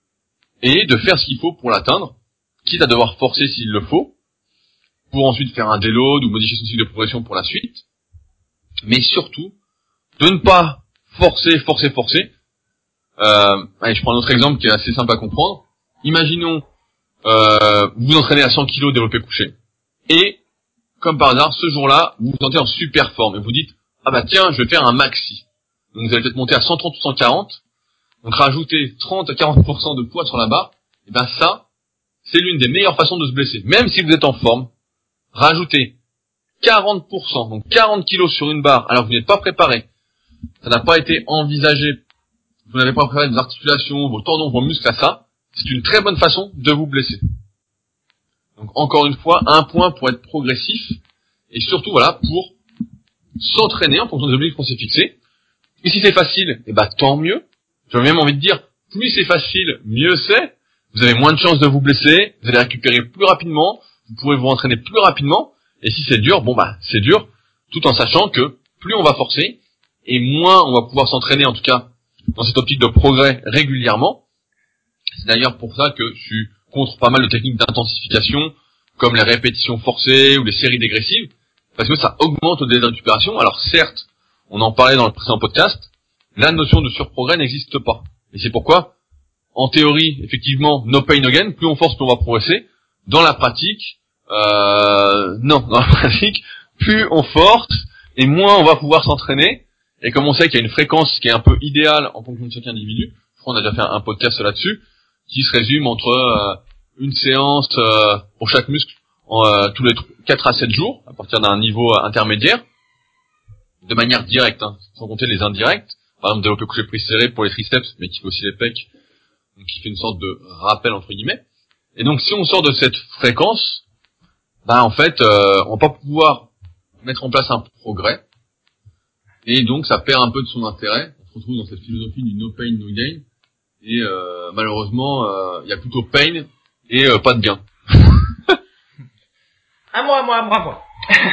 Speaker 1: et de faire ce qu'il faut pour l'atteindre, quitte à devoir forcer s'il le faut, pour ensuite faire un déload ou modifier son cycle de progression pour la suite, mais surtout de ne pas forcer, forcer, forcer. Euh, allez, je prends un autre exemple qui est assez simple à comprendre. Imaginons, euh, vous vous entraînez à cent kilos développé couché, et comme par hasard, ce jour-là, vous vous sentez en super forme, et vous dites, ah bah tiens, je vais faire un maxi. Donc vous allez peut-être monter à cent trente ou cent quarante, donc rajouter trente à quarante pour cent de poids sur la barre, et ben ça, c'est l'une des meilleures façons de se blesser. Même si vous êtes en forme, rajouter quarante pour cent, donc quarante kilos sur une barre, alors que vous n'êtes pas préparé, ça n'a pas été envisagé, vous n'avez pas préparé vos articulations, vos tendons, vos muscles à ça, c'est une très bonne façon de vous blesser. Donc encore une fois, un point pour être progressif, et surtout voilà, pour s'entraîner en fonction des objectifs qu'on s'est fixés. Et si c'est facile, eh ben tant mieux. J'aurais même envie de dire, plus c'est facile, mieux c'est. Vous avez moins de chances de vous blesser, vous allez récupérer plus rapidement, vous pourrez vous entraîner plus rapidement, et si c'est dur, bon bah c'est dur, tout en sachant que plus on va forcer, et moins on va pouvoir s'entraîner, en tout cas dans cette optique de progrès régulièrement. C'est d'ailleurs pour ça que je suis contre pas mal de techniques d'intensification, comme les répétitions forcées ou les séries dégressives, parce que ça augmente le délai de récupération. Alors certes, on en parlait dans le précédent podcast, la notion de surprogrès n'existe pas. Et c'est pourquoi, en théorie, effectivement, no pain no gain, plus on force, plus on va progresser. Dans la pratique, euh, non, dans la pratique, plus on force, et moins on va pouvoir s'entraîner. Et comme on sait qu'il y a une fréquence qui est un peu idéale en fonction de chaque individu, je crois qu'on a déjà fait un podcast là-dessus, qui se résume entre euh, une séance euh, pour chaque muscle en, euh, tous les quatre à sept jours, à partir d'un niveau euh, intermédiaire, de manière directe, hein, sans compter les indirects. Par exemple, développé couché prise serré pour les triceps, mais qui fait aussi les pecs, donc qui fait une sorte de rappel entre guillemets. Et donc si on sort de cette fréquence, bah en fait, euh, on va pas pouvoir mettre en place un progrès, et donc ça perd un peu de son intérêt. On se retrouve dans cette philosophie du no pain no gain, et euh, malheureusement, il euh, y a plutôt pain et euh, pas de gain.
Speaker 2: À moi, à moi, à moi, à moi.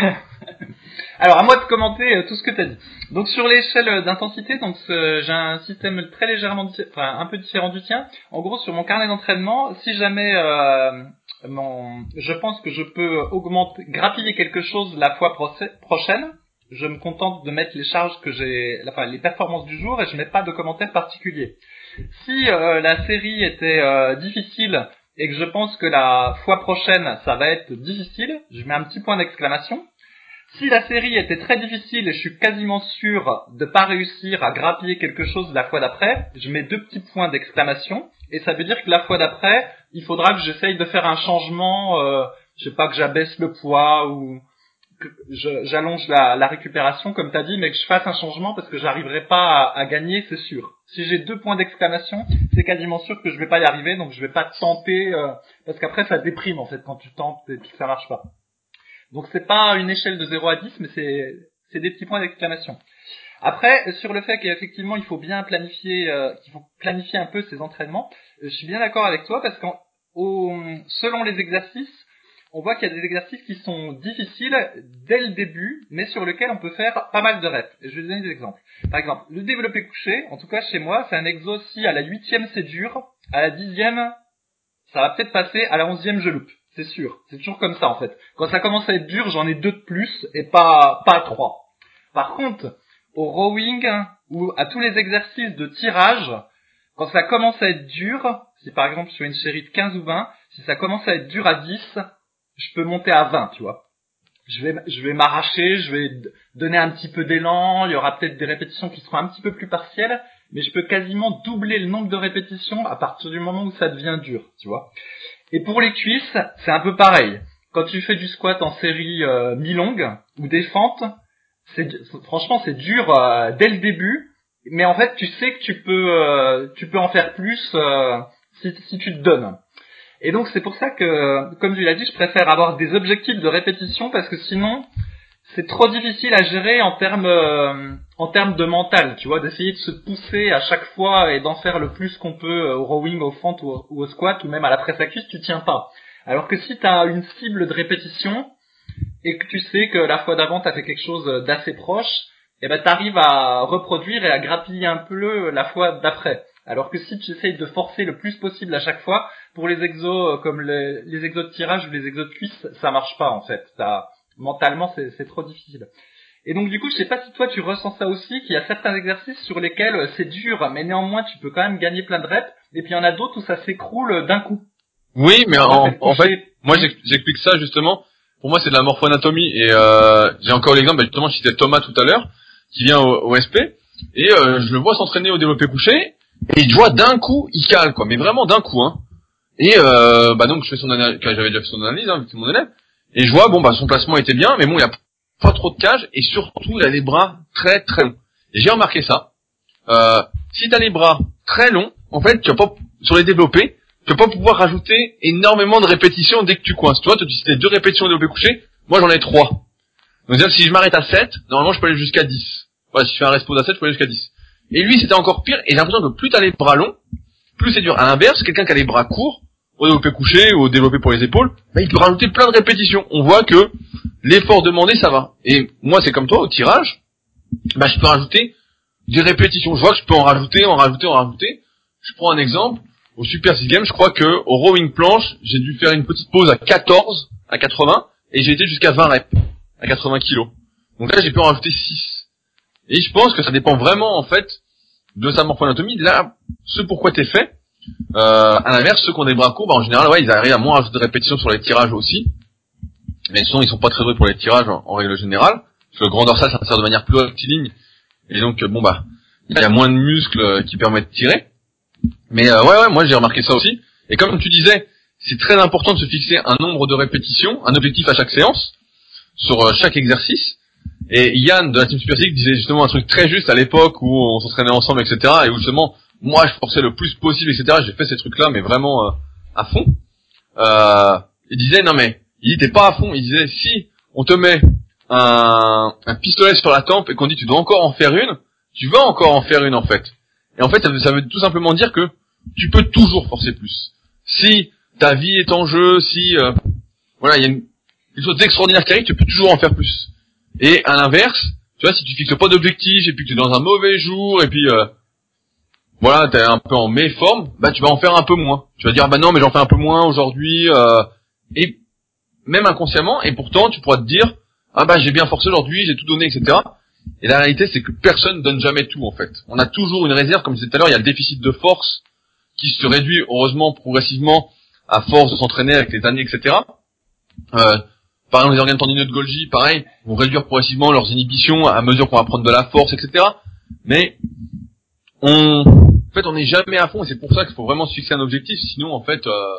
Speaker 2: Alors, à moi de commenter euh, tout ce que tu as dit. Donc, sur l'échelle d'intensité, donc euh, j'ai un système très légèrement, di- enfin un peu différent du tien. En gros, sur mon carnet d'entraînement, si jamais euh, mon, je pense que je peux augmenter, grappiller quelque chose la fois proce- prochaine, je me contente de mettre les charges que j'ai, enfin les performances du jour, et je mets pas de commentaires particuliers. Si euh, la série était euh, difficile et que je pense que la fois prochaine ça va être difficile, je mets un petit point d'exclamation. Si la série était très difficile et je suis quasiment sûr de pas réussir à grappiller quelque chose la fois d'après, je mets deux petits points d'exclamation, et ça veut dire que la fois d'après, il faudra que j'essaye de faire un changement, euh, je sais pas, que j'abaisse le poids ou que je, j'allonge la, la récupération comme t'as dit, mais que je fasse un changement parce que j'arriverai pas à, à gagner, c'est sûr. Si j'ai deux points d'exclamation, c'est quasiment sûr que je vais pas y arriver, donc je vais pas tenter, euh, parce qu'après ça déprime en fait quand tu tentes et puis que ça marche pas. Donc c'est pas une échelle de zéro à dix, mais c'est c'est des petits points d'exclamation. Après, sur le fait qu'effectivement il faut bien planifier, euh, qu'il faut planifier un peu ses entraînements, je suis bien d'accord avec toi parce qu'en au, selon les exercices, on voit qu'il y a des exercices qui sont difficiles dès le début, mais sur lesquels on peut faire pas mal de reps. Et je vais vous donner des exemples. Par exemple, le développé couché, en tout cas chez moi, c'est un exo si à la huitième c'est dur, à la dixième ça va peut-être passer, à la onzième je loupe. C'est sûr. C'est toujours comme ça, en fait. Quand ça commence à être dur, j'en ai deux de plus et pas, pas trois. Par contre, au rowing ou à tous les exercices de tirage, quand ça commence à être dur, si par exemple sur une série de quinze ou vingt, si ça commence à être dur à dix, je peux monter à vingt, tu vois. Je vais, je vais m'arracher, je vais donner un petit peu d'élan, il y aura peut-être des répétitions qui seront un petit peu plus partielles, mais je peux quasiment doubler le nombre de répétitions à partir du moment où ça devient dur, tu vois. Et pour les cuisses, c'est un peu pareil. Quand tu fais du squat en série euh, mi-longue ou des fentes, c'est, franchement c'est dur euh, dès le début, mais en fait tu sais que tu peux, euh, tu peux en faire plus euh, si, si tu te donnes. Et donc c'est pour ça que, comme tu l'as dit, je préfère avoir des objectifs de répétition parce que sinon c'est trop difficile à gérer en termes euh, en termes de mental, tu vois, d'essayer de se pousser à chaque fois et d'en faire le plus qu'on peut au rowing, au fente ou au, ou au squat ou même à la presse à cuisse, tu tiens pas. Alors que si tu as une cible de répétition et que tu sais que la fois d'avant tu as fait quelque chose d'assez proche, eh ben tu arrives à reproduire et à grappiller un peu la fois d'après. Alors que si tu essayes de forcer le plus possible à chaque fois, pour les exos comme les, les exos de tirage ou les exos de cuisse, ça marche pas en fait. Ça, mentalement, c'est, c'est trop difficile. Et donc du coup, je sais pas si toi tu ressens ça aussi, qu'il y a certains exercices sur lesquels c'est dur, mais néanmoins tu peux quand même gagner plein de reps, et puis il y en a d'autres où ça s'écroule d'un coup.
Speaker 1: Oui, mais en, en fait, moi j'explique ça justement. Pour moi, c'est de la morpho-anatomie, et euh, j'ai encore l'exemple, bah, justement, je citais Thomas tout à l'heure, qui vient au, au S P, et euh, je le vois s'entraîner au développé couché, et je vois d'un coup, il cale, quoi, mais vraiment d'un coup, hein. Et euh, bah donc je fais son analyse, j'avais déjà fait son analyse, hein, vu que c'est mon élève, et je vois, bon bah son placement était bien, mais bon, il y a pas trop de cage, et surtout, il a les bras très très longs. Et j'ai remarqué ça. Euh, si t'as les bras très longs, en fait, tu vas pas, sur les développés, tu vas pas pouvoir rajouter énormément de répétitions dès que tu coinces. Tu vois, tu citais deux répétitions de développé couché, moi j'en ai trois. Donc c'est-à-dire que si je m'arrête à sept, normalement je peux aller jusqu'à dix. Voilà, si je fais un respo à sept, je peux aller jusqu'à dix. Et lui, c'était encore pire, et j'ai l'impression que plus t'as les bras longs, plus c'est dur. À l'inverse, quelqu'un qui a les bras courts, au développé couché ou au développé pour les épaules, bah, il peut rajouter plein de répétitions. On voit que l'effort demandé, ça va. Et moi, c'est comme toi, au tirage, bah, je peux rajouter des répétitions. Je vois que je peux en rajouter, en rajouter, en rajouter. Je prends un exemple. Au Super six Games, je crois que au rowing planche, j'ai dû faire une petite pause à quatorze, à quatre-vingts, et j'ai été jusqu'à vingt reps, à quatre-vingts kilos. Donc là, j'ai pu en rajouter six. Et je pense que ça dépend vraiment, en fait, de sa morphoanatomie. Là, ce pourquoi t'es fait. Euh, à l'inverse, ceux qui ont des bras courts, bah, en général, ouais, ils arrivent à moins rajouter de répétitions sur les tirages aussi. Mais sinon, ils sont pas très doués pour les tirages en, en règle générale. Parce que le grand dorsal s'insère de manière plus rectiligne. Et donc, bon bah, il y a moins de muscles qui permettent de tirer. Mais euh, ouais, ouais, moi j'ai remarqué ça aussi. Et comme tu disais, c'est très important de se fixer un nombre de répétitions, un objectif à chaque séance, sur euh, chaque exercice. Et Yann de la Team Super Physique disait justement un truc très juste à l'époque où on s'entraînait ensemble, et cetera. Et où justement, moi je forçais le plus possible, et cetera. J'ai fait ces trucs-là, mais vraiment euh, à fond. Euh, il disait, non mais, il dit t'es pas à fond. Il disait, si on te met un, un pistolet sur la tempe et qu'on dit tu dois encore en faire une, tu vas encore en faire une en fait. Et en fait, ça veut, ça veut tout simplement dire que tu peux toujours forcer plus. Si ta vie est en jeu, si euh, voilà, il y a une, une chose extraordinaire qui arrive, tu peux toujours en faire plus. Et à l'inverse, tu vois, si tu fixes pas d'objectif et puis que tu es dans un mauvais jour et puis euh, voilà, t'es un peu en méforme, bah tu vas en faire un peu moins. Tu vas dire ah bah non mais j'en fais un peu moins aujourd'hui euh, et même inconsciemment, et pourtant tu pourras te dire ah bah j'ai bien forcé aujourd'hui, j'ai tout donné, et cetera. Et la réalité c'est que personne donne jamais tout en fait. On a toujours une réserve, comme je disais tout à l'heure, il y a le déficit de force qui se réduit heureusement progressivement à force de s'entraîner avec les années, et cetera. Euh, par exemple les organes tendineux de Golgi, pareil, vont réduire progressivement leurs inhibitions à mesure qu'on va prendre de la force, et cetera. Mais on, en fait on n'est jamais à fond, et c'est pour ça qu'il faut vraiment se fixer un objectif, sinon en fait, euh,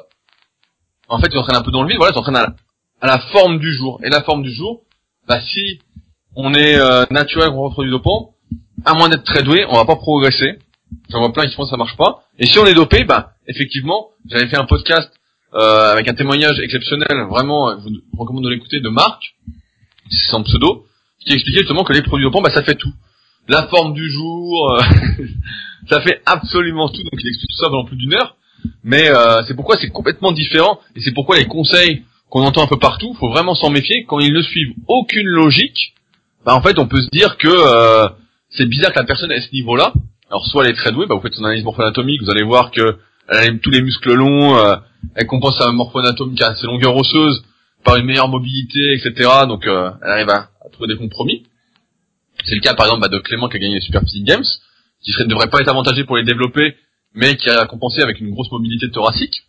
Speaker 1: en fait tu t'entraînes un peu dans le vide, voilà, tu t'entraînes à la, à la forme du jour. Et la forme du jour, bah si on est euh, naturel contre du dopant, à moins d'être très doué, on va pas progresser. J'en vois plein qui font ça marche pas. Et si on est dopé, bah effectivement, j'avais fait un podcast euh, avec un témoignage exceptionnel, vraiment, je vous recommande de l'écouter, de Marc, c'est son pseudo, qui expliquait justement que les produits dopants, bah ça fait tout. La forme du jour, euh, ça fait absolument tout. Donc il explique tout ça pendant plus d'une heure. Mais euh, c'est pourquoi c'est complètement différent, et c'est pourquoi les conseils qu'on entend un peu partout, faut vraiment s'en méfier. Quand ils ne suivent aucune logique, bah en fait on peut se dire que euh, c'est bizarre que la personne ait ce niveau-là. Alors soit elle est très douée, bah vous faites son analyse morpho-anatomique, vous allez voir que elle a tous les muscles longs, euh, elle compense sa morpho-anatomique à ses longueurs osseuses par une meilleure mobilité, et cetera. Donc euh, elle arrive à, à trouver des compromis. C'est le cas par exemple bah, de Clément qui a gagné les Super Physique Games, qui ne devrait pas être avantagé pour les développer, mais qui a compensé avec une grosse mobilité thoracique.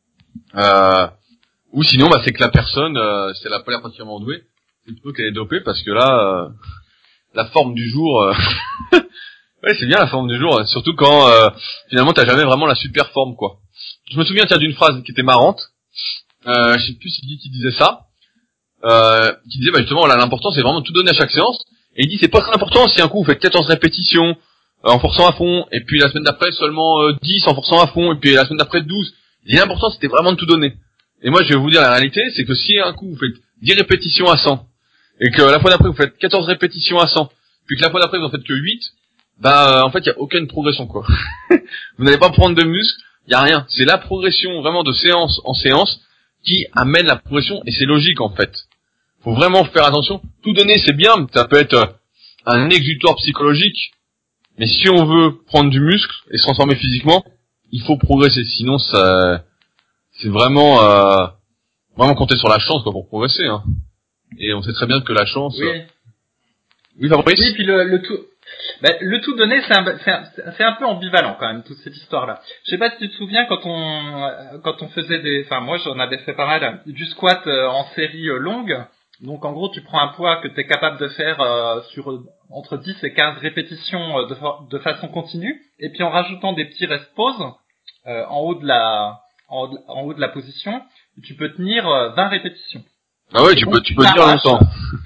Speaker 1: Euh, ou sinon bah c'est que la personne, euh, si elle a pas l'air particulièrement douée, c'est plutôt qu'elle est dopée parce que là, euh, la forme du jour, euh, ouais c'est bien la forme du jour, surtout quand euh, finalement t'as jamais vraiment la super forme quoi. Je me souviens tiens d'une phrase qui était marrante, euh, je sais plus si qui, qui disait ça, euh, qui disait bah justement là l'important c'est vraiment de tout donner à chaque séance, et il dit c'est pas très important si un coup vous faites quatorze répétitions euh, en forçant à fond, et puis la semaine d'après seulement euh, dix en forçant à fond, et puis la semaine d'après douze. Il dit l'important c'était vraiment de tout donner. Et moi je vais vous dire la réalité, c'est que si un coup vous faites dix répétitions à cent, et que la fois d'après vous faites quatorze répétitions à cent, puis que la fois d'après vous en faites que huit, bah en fait il y a aucune progression quoi. Vous n'allez pas prendre de muscle, il y a rien. C'est la progression vraiment de séance en séance qui amène la progression, et c'est logique en fait. Faut vraiment faire attention. Tout donner c'est bien, ça peut être un exutoire psychologique, mais si on veut prendre du muscle et se transformer physiquement, il faut progresser. Sinon ça, c'est vraiment euh, vraiment compter sur la chance quoi pour progresser. Hein. Et on sait très bien que la chance.
Speaker 2: Oui.
Speaker 1: Euh... Oui, Fabrice.
Speaker 2: Oui, puis le, le tout, ben, le tout donné, c'est un, c'est un, c'est un peu ambivalent quand même toute cette histoire-là. Je sais pas si tu te souviens quand on, quand on faisait des, enfin moi j'en avais fait pas mal, du squat euh, en série euh, longue. Donc en gros, tu prends un poids que tu es capable de faire euh, sur euh, entre dix et quinze répétitions euh, de, de façon continue, et puis en rajoutant des petits rest-pauses euh, en haut de la, en haut de, en haut de la position, tu peux tenir euh, vingt répétitions.
Speaker 1: Ah ouais, tu
Speaker 2: donc,
Speaker 1: peux, tu peux tenir longtemps.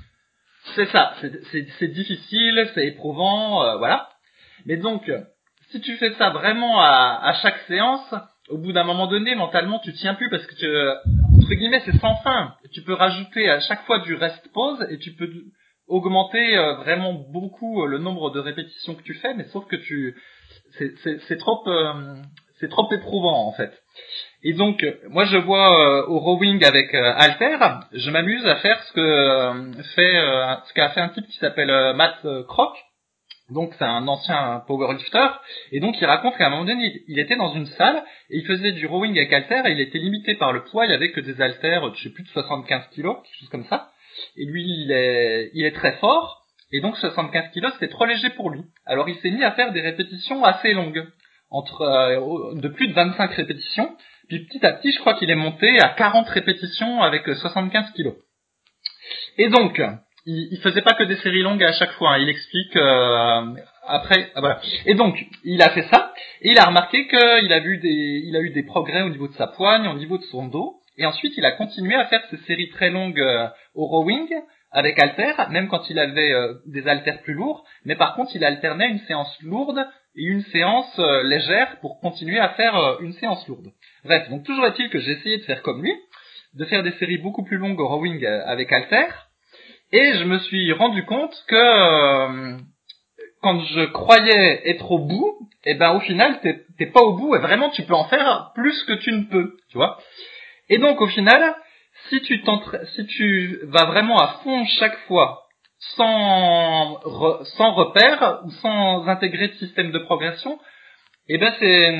Speaker 2: C'est ça, c'est, c'est, c'est difficile, c'est éprouvant, euh, voilà. Mais donc, si tu fais ça vraiment à, à chaque séance, au bout d'un moment donné, mentalement, tu tiens plus parce que tu, entre guillemets, c'est sans fin. Tu peux rajouter à chaque fois du rest pause et tu peux augmenter euh, vraiment beaucoup le nombre de répétitions que tu fais, mais sauf que tu, c'est, c'est, c'est trop, euh, c'est trop éprouvant en fait. Et donc, moi je vois euh, au rowing avec euh, halter, je m'amuse à faire ce que euh, fait, euh, ce qu'a fait un type qui s'appelle euh, Matt euh, Kroc. Donc c'est un ancien powerlifter, et donc il raconte qu'à un moment donné, il était dans une salle et il faisait du rowing avec halter et il était limité par le poids, il y avait que des haltères, je sais plus de soixante-quinze kilos, quelque chose comme ça. Et lui, il est, il est très fort. Et donc soixante-quinze kilos, c'était trop léger pour lui. Alors il s'est mis à faire des répétitions assez longues, entre euh, de plus de vingt-cinq répétitions. Puis petit à petit, je crois qu'il est monté à quarante répétitions avec soixante-quinze kilos. Et donc, il, il faisait pas que des séries longues à chaque fois. Hein. Il explique euh, après. Voilà. Et donc, il a fait ça et il a remarqué qu'il a vu des, il a eu des progrès au niveau de sa poigne, au niveau de son dos. Et ensuite, il a continué à faire ces séries très longues euh, au rowing avec haltères, même quand il avait euh, des haltères plus lourds. Mais par contre, il alternait une séance lourde et une séance euh, légère pour continuer à faire euh, une séance lourde. Bref, donc toujours est-il que j'ai essayé de faire comme lui, de faire des séries beaucoup plus longues au rowing euh, avec haltères. Et je me suis rendu compte que euh, quand je croyais être au bout, eh ben au final, t'es, t'es pas au bout et vraiment tu peux en faire plus que tu ne peux, tu vois. Et donc au final, si tu t'entra... si tu vas vraiment à fond chaque fois, sans re... sans repère ou sans intégrer de système de progression, eh ben c'est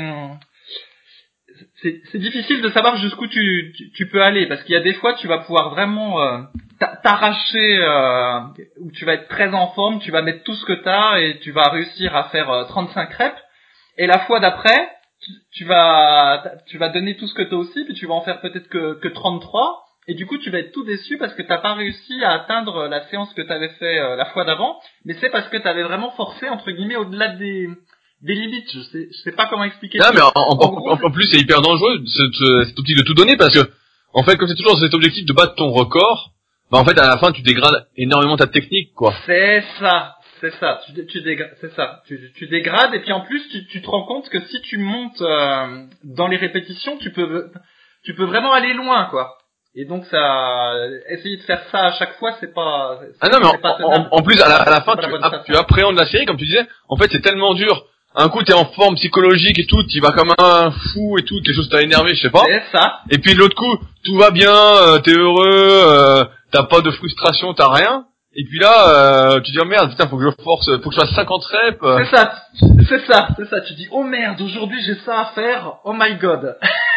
Speaker 2: c'est, c'est difficile de savoir jusqu'où tu, tu tu peux aller, parce qu'il y a des fois tu vas pouvoir vraiment euh, t'arracher, euh, où tu vas être très en forme, tu vas mettre tout ce que t'as et tu vas réussir à faire euh, trente-cinq reps, et la fois d'après tu vas tu vas donner tout ce que t'as aussi, puis tu vas en faire peut-être que que trente-trois, et du coup tu vas être tout déçu parce que t'as pas réussi à atteindre la séance que t'avais fait euh, la fois d'avant, mais c'est parce que t'avais vraiment forcé entre guillemets au-delà des des limites. Je sais je sais pas comment expliquer.
Speaker 1: Non, mais en, en,
Speaker 2: en, gros,
Speaker 1: en, en plus c'est hyper dangereux cette, cette optique de tout donner, parce que en fait comme c'est toujours cet objectif de battre ton record, bah en fait à la fin tu dégrades énormément ta technique, quoi.
Speaker 2: C'est ça. C'est ça, tu, tu dégrades, c'est ça. Tu, tu dégrades, et puis en plus tu, tu te rends compte que si tu montes euh, dans les répétitions, tu peux tu peux vraiment aller loin, quoi. Et donc ça, essayer de faire ça à chaque fois, c'est pas. C'est,
Speaker 1: ah non, mais
Speaker 2: pas
Speaker 1: en, en, en plus à la, à la fin tu,
Speaker 2: la
Speaker 1: tu appréhendes la série, comme tu disais. En fait c'est tellement dur. Un coup t'es en forme psychologique et tout, tu vas comme un fou et tout, quelque chose t'a énervé, je sais pas.
Speaker 2: C'est ça.
Speaker 1: Et puis de l'autre coup tout va bien, euh, t'es heureux, euh, t'as pas de frustration, t'as rien. Et puis là, euh, tu dis oh merde, putain, faut que je force, faut que je fasse cinquante reps.
Speaker 2: C'est ça, c'est ça, c'est ça. Tu dis oh merde, aujourd'hui j'ai ça à faire. Oh my god.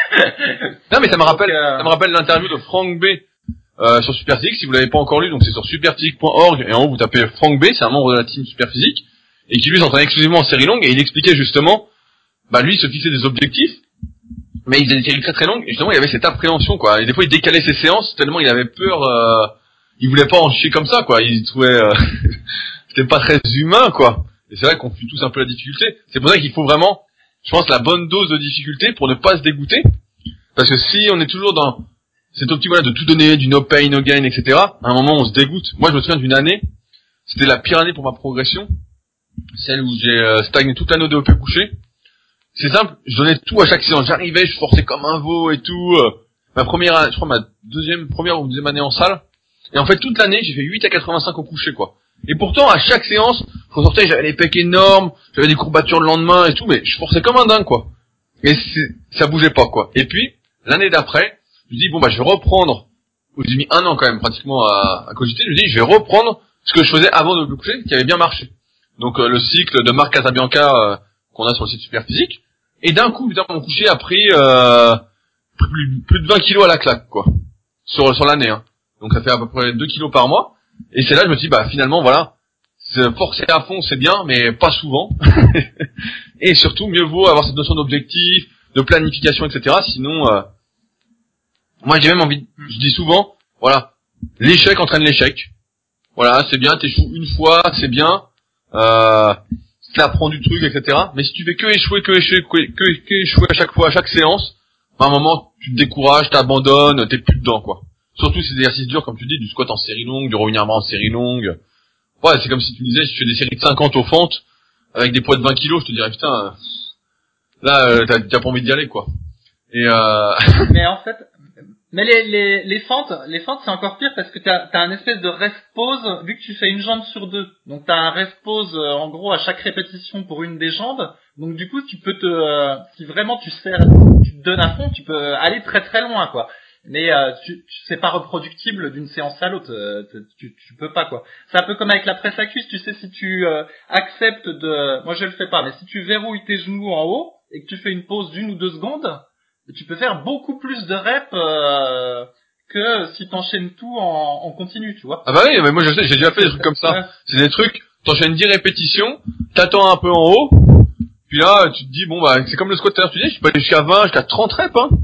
Speaker 1: Non mais ça me rappelle,
Speaker 2: donc, euh...
Speaker 1: ça me rappelle l'interview de Frank B euh, sur Superphysique. Si vous l'avez pas encore lu, donc c'est sur superphysique point org, et en haut vous tapez Frank B, c'est un membre de la team Superphysique et qui lui s'entraîne exclusivement en série longue, et il expliquait justement, bah lui il se fixait des objectifs, mais il faisait des séries très très longues, et justement il avait cette appréhension, quoi. Et des fois il décalait ses séances tellement il avait peur. Euh, il voulait pas en chier comme ça, quoi. Il trouvait euh, c'était pas très humain, quoi. Et c'est vrai qu'on fuit tous un peu la difficulté. C'est pour ça qu'il faut vraiment, je pense, la bonne dose de difficulté pour ne pas se dégoûter. Parce que si on est toujours dans cette optique, voilà, de tout donner, du no pain, no gain, et cetera, à un moment on se dégoûte. Moi je me souviens d'une année, c'était la pire année pour ma progression, celle où j'ai euh, stagné toute l'année au développé couché. C'est simple, je donnais tout à chaque séance. J'arrivais, je forçais comme un veau et tout. Euh, ma première, je crois ma deuxième, première ou deuxième année en salle. Et en fait, toute l'année, j'ai fait huit à quatre-vingt-cinq au coucher, quoi. Et pourtant, à chaque séance, je ressortais, j'avais les pecs énormes, j'avais des courbatures le lendemain et tout, mais je forçais comme un dingue, quoi. Et ça bougeait pas, quoi. Et puis, l'année d'après, je me dis, bon, bah, je vais reprendre, j'ai mis un an quand même, pratiquement, à, à cogiter, je me dis, je vais reprendre ce que je faisais avant de me coucher, qui avait bien marché. Donc, euh, le cycle de Marc Casabianca, euh, qu'on a sur le site Superphysique. Et d'un coup, putain, mon coucher a pris, euh, plus, plus de vingt kilos à la claque, quoi. Sur, sur l'année, hein. Donc ça fait à peu près deux kilos par mois. Et c'est là que je me dis, bah finalement, voilà, forcer à fond, c'est bien, mais pas souvent. Et surtout, mieux vaut avoir cette notion d'objectif, de planification, et cetera. Sinon, euh, moi j'ai même envie, je dis souvent, voilà, l'échec entraîne l'échec. Voilà, c'est bien, t'échoues une fois, c'est bien. Euh, t'apprends du truc, et cetera. Mais si tu fais que échouer, que échouer, que, que, que échouer à chaque fois, à chaque séance, à un moment, tu te décourages, t'abandonnes, t'es plus dedans, quoi. Surtout ces exercices durs, comme tu dis, du squat en série longue, du revenu en série longue. Ouais, c'est comme si tu me disais, si tu fais des séries de cinquante aux fentes, avec des poids de vingt kilos, je te dirais, putain, là, euh, t'as, t'as pas envie d'y aller, quoi. Et euh...
Speaker 2: Mais en fait, mais les, les, les fentes, les fentes, c'est encore pire parce que t'as, t'as un espèce de rest-pause, vu que tu fais une jambe sur deux. Donc t'as un rest-pause, euh, en gros, à chaque répétition pour une des jambes. Donc du coup, tu peux te, euh, si vraiment tu sers, tu te donnes à fond, tu peux aller très très loin, quoi. Mais euh, tu, tu, c'est pas reproductible d'une séance à l'autre, euh, tu, tu peux pas, quoi. C'est un peu comme avec la presse à cuisse, tu sais, si tu euh, acceptes de, moi je le fais pas, mais si tu verrouilles tes genoux en haut et que tu fais une pause d'une ou deux secondes, tu peux faire beaucoup plus de reps euh, que si t'enchaînes tout en, en continu, tu vois.
Speaker 1: Ah bah oui, mais moi je sais, j'ai déjà fait des trucs comme ça.
Speaker 2: Ouais.
Speaker 1: C'est des trucs, t'enchaînes dix répétitions, t'attends un peu en haut, puis là tu te dis bon bah c'est comme le squat tout à l'heure, tu dis je peux aller jusqu'à vingt, jusqu'à trente reps hein.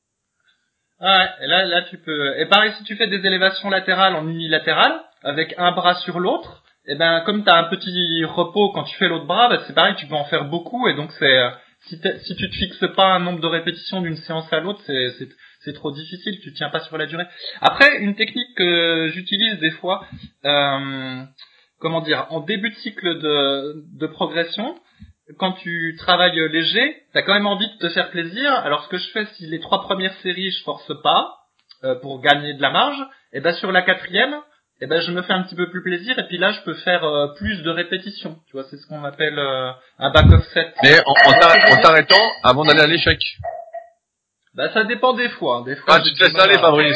Speaker 2: Ouais, et là, là, tu peux. Et pareil, si tu fais des élévations latérales en unilatéral, avec un bras sur l'autre, et ben, comme t'as un petit repos quand tu fais l'autre bras, bah, c'est pareil, tu peux en faire beaucoup, et donc c'est, si, si tu te fixes pas un nombre de répétitions d'une séance à l'autre, c'est, c'est, c'est trop difficile, tu tiens pas sur la durée. Après, une technique que j'utilise des fois, euh, comment dire, en début de cycle de, de progression, quand tu travailles léger, t'as quand même envie de te faire plaisir. Alors ce que je fais, si les trois premières séries je force pas euh, pour gagner de la marge, et ben sur la quatrième, et ben je me fais un petit peu plus plaisir et puis là je peux faire euh, plus de répétitions. Tu vois, c'est ce qu'on appelle euh, un back offset.
Speaker 1: Mais en, en, t'arr- en t'arrêtant avant d'aller à l'échec.
Speaker 2: Bah ça dépend des fois. Hein. Des fois.
Speaker 1: Ah tu te laisses aller à... Fabrice.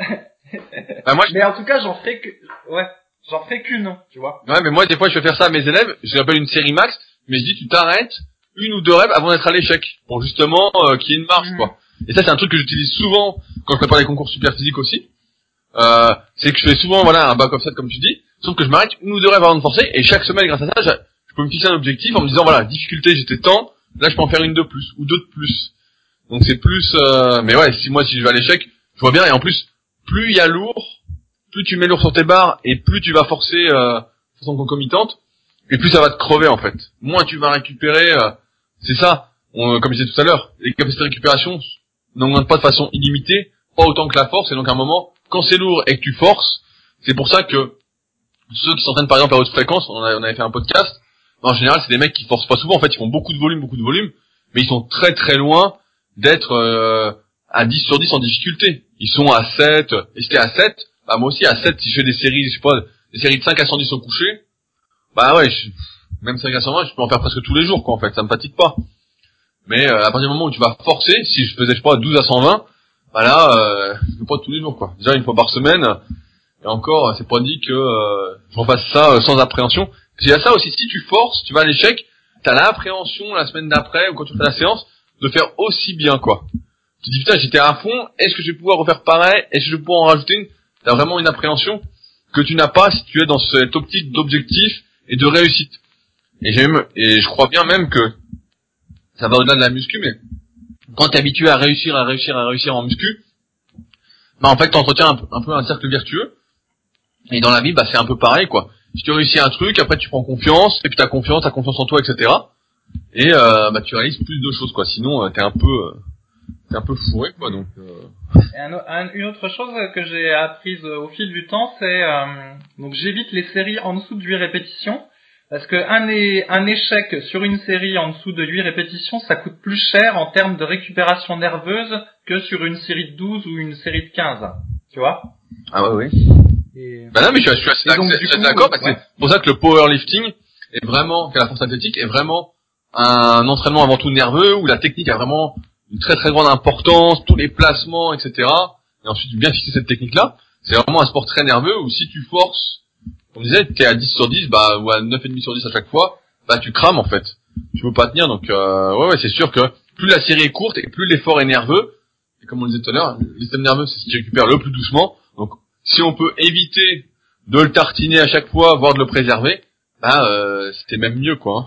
Speaker 1: Bah, moi, je...
Speaker 2: Mais en tout cas j'en ferai que, ouais, j'en ferai qu'une, tu vois.
Speaker 1: Ouais mais moi des fois je fais faire ça à mes élèves, je l'appelle une série max. Mais je dis tu t'arrêtes une ou deux reps avant d'être à l'échec pour justement euh, qu'il y ait une marge mmh. quoi. Et ça c'est un truc que j'utilise souvent quand je prépare les concours super physiques aussi. Euh, c'est que je fais souvent voilà un back offset comme tu dis, sauf que je m'arrête une ou deux reps avant de forcer et chaque semaine grâce à ça je, je peux me fixer un objectif en me disant voilà difficulté j'étais tant, là je peux en faire une de plus ou deux de plus. Donc c'est plus euh, mais ouais si moi si je vais à l'échec je vois bien et en plus plus il y a lourd, plus tu mets lourd sur tes barres et plus tu vas forcer euh, de façon concomitante. Et plus ça va te crever en fait. Moins tu vas récupérer, euh, c'est ça. On, comme je disais tout à l'heure, les capacités de récupération n'augmentent pas de façon illimitée, pas autant que la force. Et donc à un moment, quand c'est lourd et que tu forces, c'est pour ça que ceux qui s'entraînent par exemple à haute fréquence, on, a, on avait fait un podcast. En général, c'est des mecs qui forcent pas souvent. En fait, ils font beaucoup de volume, beaucoup de volume, mais ils sont très très loin d'être euh, à dix sur dix en difficulté. Ils sont à sept. Et si t'es à sept, bah moi aussi à sept, si je fais des séries, je sais pas, des séries de cinq à cent dix au coucher. Bah ouais, je, même cinq à cent vingt, je peux en faire presque tous les jours, quoi, en fait, ça me fatigue pas. Mais euh, à partir du moment où tu vas forcer, si je faisais, je sais pas, douze à cent vingt, bah là, euh, je peux pas tous les jours, quoi. Déjà une fois par semaine, et encore, c'est pas dit que euh, j'en fasse ça euh, sans appréhension. Il y a ça aussi, si tu forces, tu vas à l'échec, t'as l'appréhension la semaine d'après, ou quand tu fais la séance, de faire aussi bien, quoi. Tu te dis, putain, j'étais à fond, est-ce que je vais pouvoir refaire pareil, est-ce que je vais pouvoir en rajouter une? T'as vraiment une appréhension que tu n'as pas si tu es dans cette optique d'objectif et de réussite. Et j'aime, et je crois bien même que ça va au-delà de la muscu, mais quand t'es habitué à réussir, à réussir, à réussir en muscu, bah en fait t'entretiens un peu, un peu un cercle vertueux. Et dans la vie, bah c'est un peu pareil, quoi. Si tu réussis un truc, après tu prends confiance, et puis t'as confiance, t'as confiance en toi, et cetera. Et euh, bah tu réalises plus de choses, quoi. Sinon euh, t'es un peu, euh, t'es un peu fourré, quoi. Donc. Euh...
Speaker 2: Et un, un, une autre chose que j'ai apprise au fil du temps, c'est euh, donc j'évite les séries en dessous de huit répétitions. Parce que un, é- un échec sur une série en dessous de huit répétitions, ça coûte plus cher en termes de récupération nerveuse que sur une série de douze ou une série de quinze. Tu vois?
Speaker 1: Ah ouais, oui.
Speaker 2: Et...
Speaker 1: Bah non, mais je suis, je suis assez,
Speaker 2: donc,
Speaker 1: assez,
Speaker 2: du
Speaker 1: assez
Speaker 2: coup,
Speaker 1: d'accord, parce que
Speaker 2: ouais.
Speaker 1: c'est pour ça que le powerlifting est vraiment, que la force athlétique est vraiment un entraînement avant tout nerveux, où la technique a vraiment une très très grande importance, tous les placements, et cetera. Et ensuite, bien fixer cette technique-là. C'est vraiment un sport très nerveux, où si tu forces, comme je disais, t'es à dix sur dix, bah, ou à neuf virgule cinq sur dix à chaque fois, bah, tu crames, en fait. Tu peux pas tenir, donc, euh, ouais, ouais, c'est sûr que plus la série est courte et plus l'effort est nerveux, et comme on le disait tout à l'heure, le système nerveux, c'est ce qui récupère le plus doucement. Donc, si on peut éviter de le tartiner à chaque fois, voire de le préserver, bah, euh, c'était même mieux, quoi.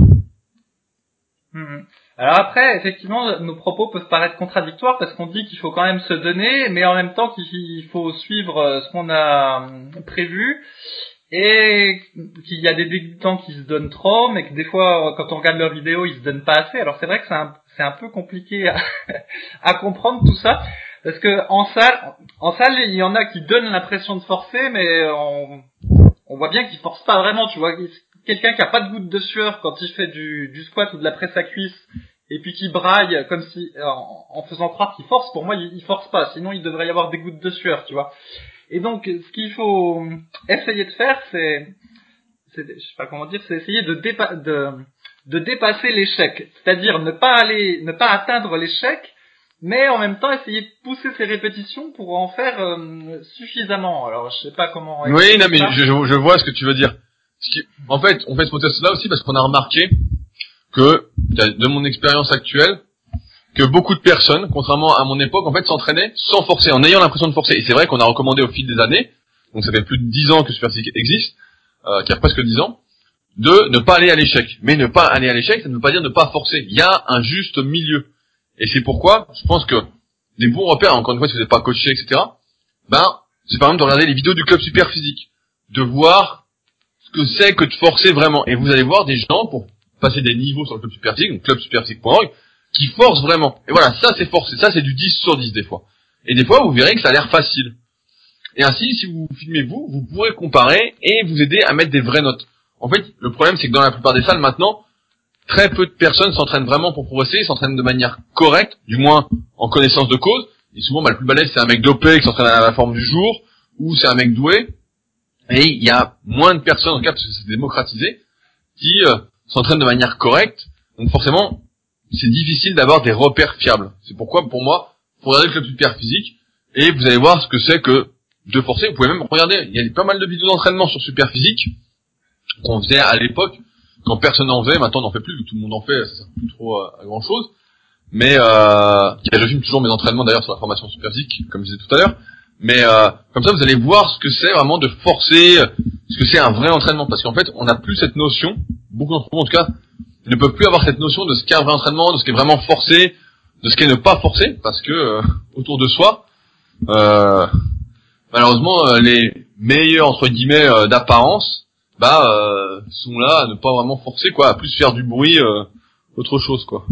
Speaker 2: Mmh. Alors après, effectivement, nos propos peuvent paraître contradictoires parce qu'on dit qu'il faut quand même se donner, mais en même temps qu'il faut suivre ce qu'on a prévu. Et qu'il y a des débutants qui se donnent trop, mais que des fois, quand on regarde leurs vidéos, ils se donnent pas assez. Alors c'est vrai que c'est un, c'est un peu compliqué à, à comprendre tout ça, parce que en salle, en salle, il y en a qui donnent l'impression de forcer, mais on, on voit bien qu'ils forcent pas vraiment. Tu vois, quelqu'un qui a pas de goutte de sueur quand il fait du, du squat ou de la presse à cuisse, et puis qui braille comme si, en, en faisant croire qu'il force, pour moi, il, il force pas. Sinon, il devrait y avoir des gouttes de sueur, tu vois. Et donc, ce qu'il faut essayer de faire, c'est, c'est je sais pas comment dire, c'est essayer de, dépa- de, de dépasser l'échec. C'est-à-dire ne pas aller, ne pas atteindre l'échec, mais en même temps essayer de pousser ses répétitions pour en faire euh, suffisamment. Alors, je sais pas comment.
Speaker 1: Oui, non, mais je, je vois ce que tu veux dire. Ce qui, en fait, on fait ce podcast-là aussi parce qu'on a remarqué que, de mon expérience actuelle, que beaucoup de personnes, contrairement à mon époque, en fait, s'entraînaient sans forcer, en ayant l'impression de forcer. Et c'est vrai qu'on a recommandé au fil des années, donc ça fait plus de dix ans que Super Physique existe, euh, qui a presque dix ans, de ne pas aller à l'échec. Mais ne pas aller à l'échec, ça ne veut pas dire ne pas forcer. Il y a un juste milieu. Et c'est pourquoi, je pense que des bons repères, encore une fois, si vous n'êtes pas coaché, et cetera, ben, c'est par exemple de regarder les vidéos du club Super Physique, de voir ce que c'est que de forcer vraiment. Et vous allez voir des gens, pour passer des niveaux sur le club Super Physique, donc club super physique point org, qui forcent vraiment. Et voilà, ça c'est forcé, ça c'est du dix sur dix des fois. Et des fois, vous verrez que ça a l'air facile. Et ainsi, si vous filmez vous, vous pourrez comparer et vous aider à mettre des vraies notes. En fait, le problème c'est que dans la plupart des salles maintenant, très peu de personnes s'entraînent vraiment pour progresser, s'entraînent de manière correcte, du moins en connaissance de cause. Et souvent, bah, le plus balèze, c'est un mec dopé qui s'entraîne à la forme du jour, ou c'est un mec doué. Et il y a moins de personnes, en tout cas, parce que c'est démocratisé, qui euh, s'entraînent de manière correcte. Donc forcément, c'est difficile d'avoir des repères fiables. C'est pourquoi, pour moi, faut regarder le club Super Physique, et vous allez voir ce que c'est que de forcer. Vous pouvez même regarder, il y a pas mal de vidéos d'entraînement sur Super Physique, qu'on faisait à l'époque, quand personne n'en faisait. Maintenant on n'en fait plus, vu que tout le monde en fait, ça sert plus trop à, à grand chose. Mais euh, je filme toujours mes entraînements d'ailleurs sur la formation Super Physique, comme je disais tout à l'heure. Mais euh, comme ça vous allez voir ce que c'est vraiment de forcer, ce que c'est un vrai entraînement. Parce qu'en fait on n'a plus cette notion, beaucoup d'entre vous en tout cas, ne peuvent plus avoir cette notion de ce qu'est un vrai entraînement, de ce qui est vraiment forcé, de ce qui est ne pas forcé, parce que euh, autour de soi, euh, malheureusement euh, les meilleurs entre guillemets euh, d'apparence, bah euh, sont là à ne pas vraiment forcer, quoi, à plus faire du bruit, euh, autre chose, quoi.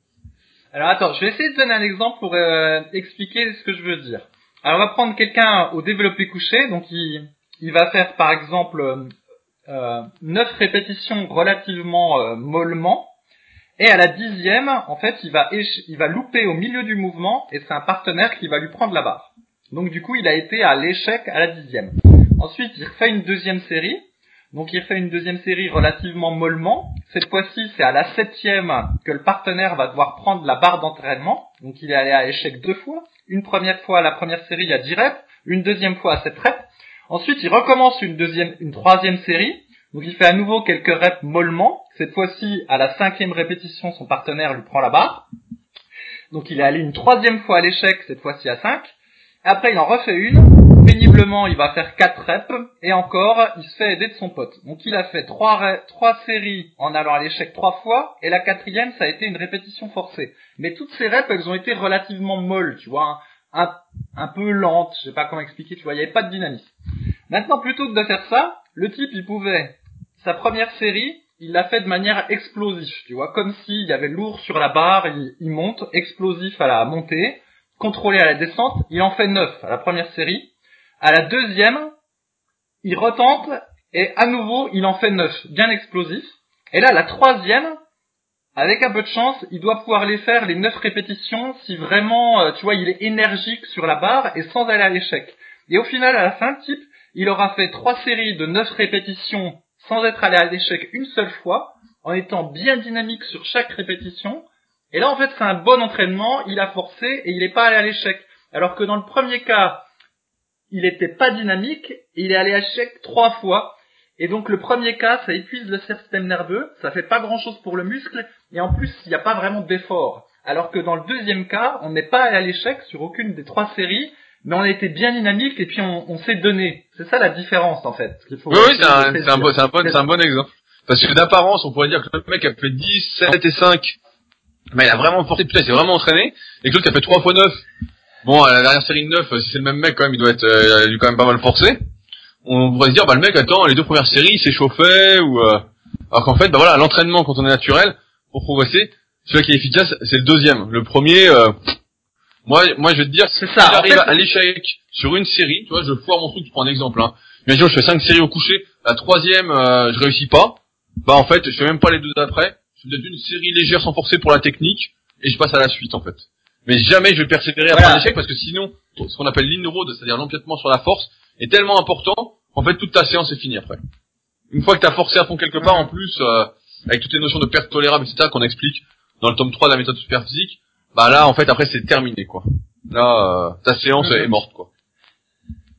Speaker 2: Alors attends, je vais essayer de donner un exemple pour euh, expliquer ce que je veux dire. Alors on va prendre quelqu'un au développé couché, donc il, il va faire par exemple euh, neuf répétitions relativement euh, mollement, et à la dixième, en fait, il va éch- il va louper au milieu du mouvement, et c'est un partenaire qui va lui prendre la barre. Donc du coup, il a été à l'échec à la dixième. Ensuite, il refait une deuxième série. Donc il refait une deuxième série relativement mollement. Cette fois-ci, c'est à la septième que le partenaire va devoir prendre la barre d'entraînement. Donc il est allé à l'échec deux fois. Une première fois à la première série à dix reps, une deuxième fois à sept reps. Ensuite, il recommence une deuxième, une troisième série. Donc il fait à nouveau quelques reps mollement. Cette fois-ci, à la cinquième répétition, son partenaire lui prend la barre. Donc il est allé une troisième fois à l'échec, cette fois-ci à cinq. Après, il en refait une. Péniblement, il va faire quatre reps, et encore, il se fait aider de son pote. Donc il a fait trois, ré- trois séries en allant à l'échec trois fois, et la quatrième, ça a été une répétition forcée. Mais toutes ces reps, elles ont été relativement molles, tu vois, un, un, un peu lentes, je sais pas comment expliquer, tu vois, il n'y avait pas de dynamisme. Maintenant, plutôt que de faire ça, le type, il pouvait, sa première série, il l'a fait de manière explosive, tu vois, comme s'il y avait lourd sur la barre, il, il monte, explosif à la montée, contrôlé à la descente, il en fait neuf à la première série. À la deuxième, il retente et à nouveau, il en fait neuf, bien explosif. Et là, la troisième, avec un peu de chance, il doit pouvoir les faire les neuf répétitions si vraiment, tu vois, il est énergique sur la barre et sans aller à l'échec. Et au final, à la fin, le type, il aura fait trois séries de neuf répétitions sans être allé à l'échec une seule fois, en étant bien dynamique sur chaque répétition. Et là, en fait, c'est un bon entraînement, il a forcé et il n'est pas allé à l'échec. Alors que dans le premier cas, il était pas dynamique, et il est allé à l'échec trois fois. Et donc le premier cas, ça épuise le système nerveux, ça fait pas grand chose pour le muscle, et en plus, il n'y a pas vraiment d'effort. Alors que dans le deuxième cas, on n'est pas allé à l'échec sur aucune des trois séries, mais on était bien dynamique, et puis on, on s'est donné. C'est ça la différence, en fait. Qu'il faut
Speaker 1: Oui, oui, c'est un, c'est un, bon, c'est un bon, c'est un bon exemple. Parce que d'apparence, on pourrait dire que le mec a fait dix, sept et cinq, mais il a vraiment forcé, putain, il s'est vraiment entraîné, et que l'autre qui a fait trois fois neuf, bon, à la dernière série de neuf, si c'est le même mec, quand même, il doit être, euh, il a quand même pas mal forcé. On pourrait se dire, bah, le mec, attends, les deux premières séries, il s'échauffait, ou, euh, alors qu'en fait, bah voilà, l'entraînement, quand on est naturel, pour progresser, celui qui est efficace, c'est le deuxième. Le premier, euh, moi, moi, je vais te dire,
Speaker 2: c'est
Speaker 1: si
Speaker 2: ça,
Speaker 1: j'arrive
Speaker 2: en fait,
Speaker 1: à l'échec sur une série, tu vois, je foire mon truc, je prends un exemple, hein. Bien sûr, je fais cinq séries au coucher, la troisième, euh, je réussis pas, bah, en fait, je fais même pas les deux d'après, je fais peut-être une série légère sans forcer pour la technique, et je passe à la suite, en fait. Mais jamais je vais persévérer après
Speaker 2: voilà.
Speaker 1: un échec, parce que sinon, ce qu'on appelle l'inroad, c'est-à-dire l'empiètement sur la force, est tellement important, en fait, toute ta séance est finie après. Une fois que t'as forcé à fond quelque part,
Speaker 2: Mmh.
Speaker 1: en plus, euh, avec toutes les notions de perte tolérable, et cetera, qu'on explique dans le tome trois de la méthode super physique, bah là, en fait, après, c'est terminé, quoi. Là, euh, ta séance
Speaker 2: Mmh.
Speaker 1: est morte, quoi.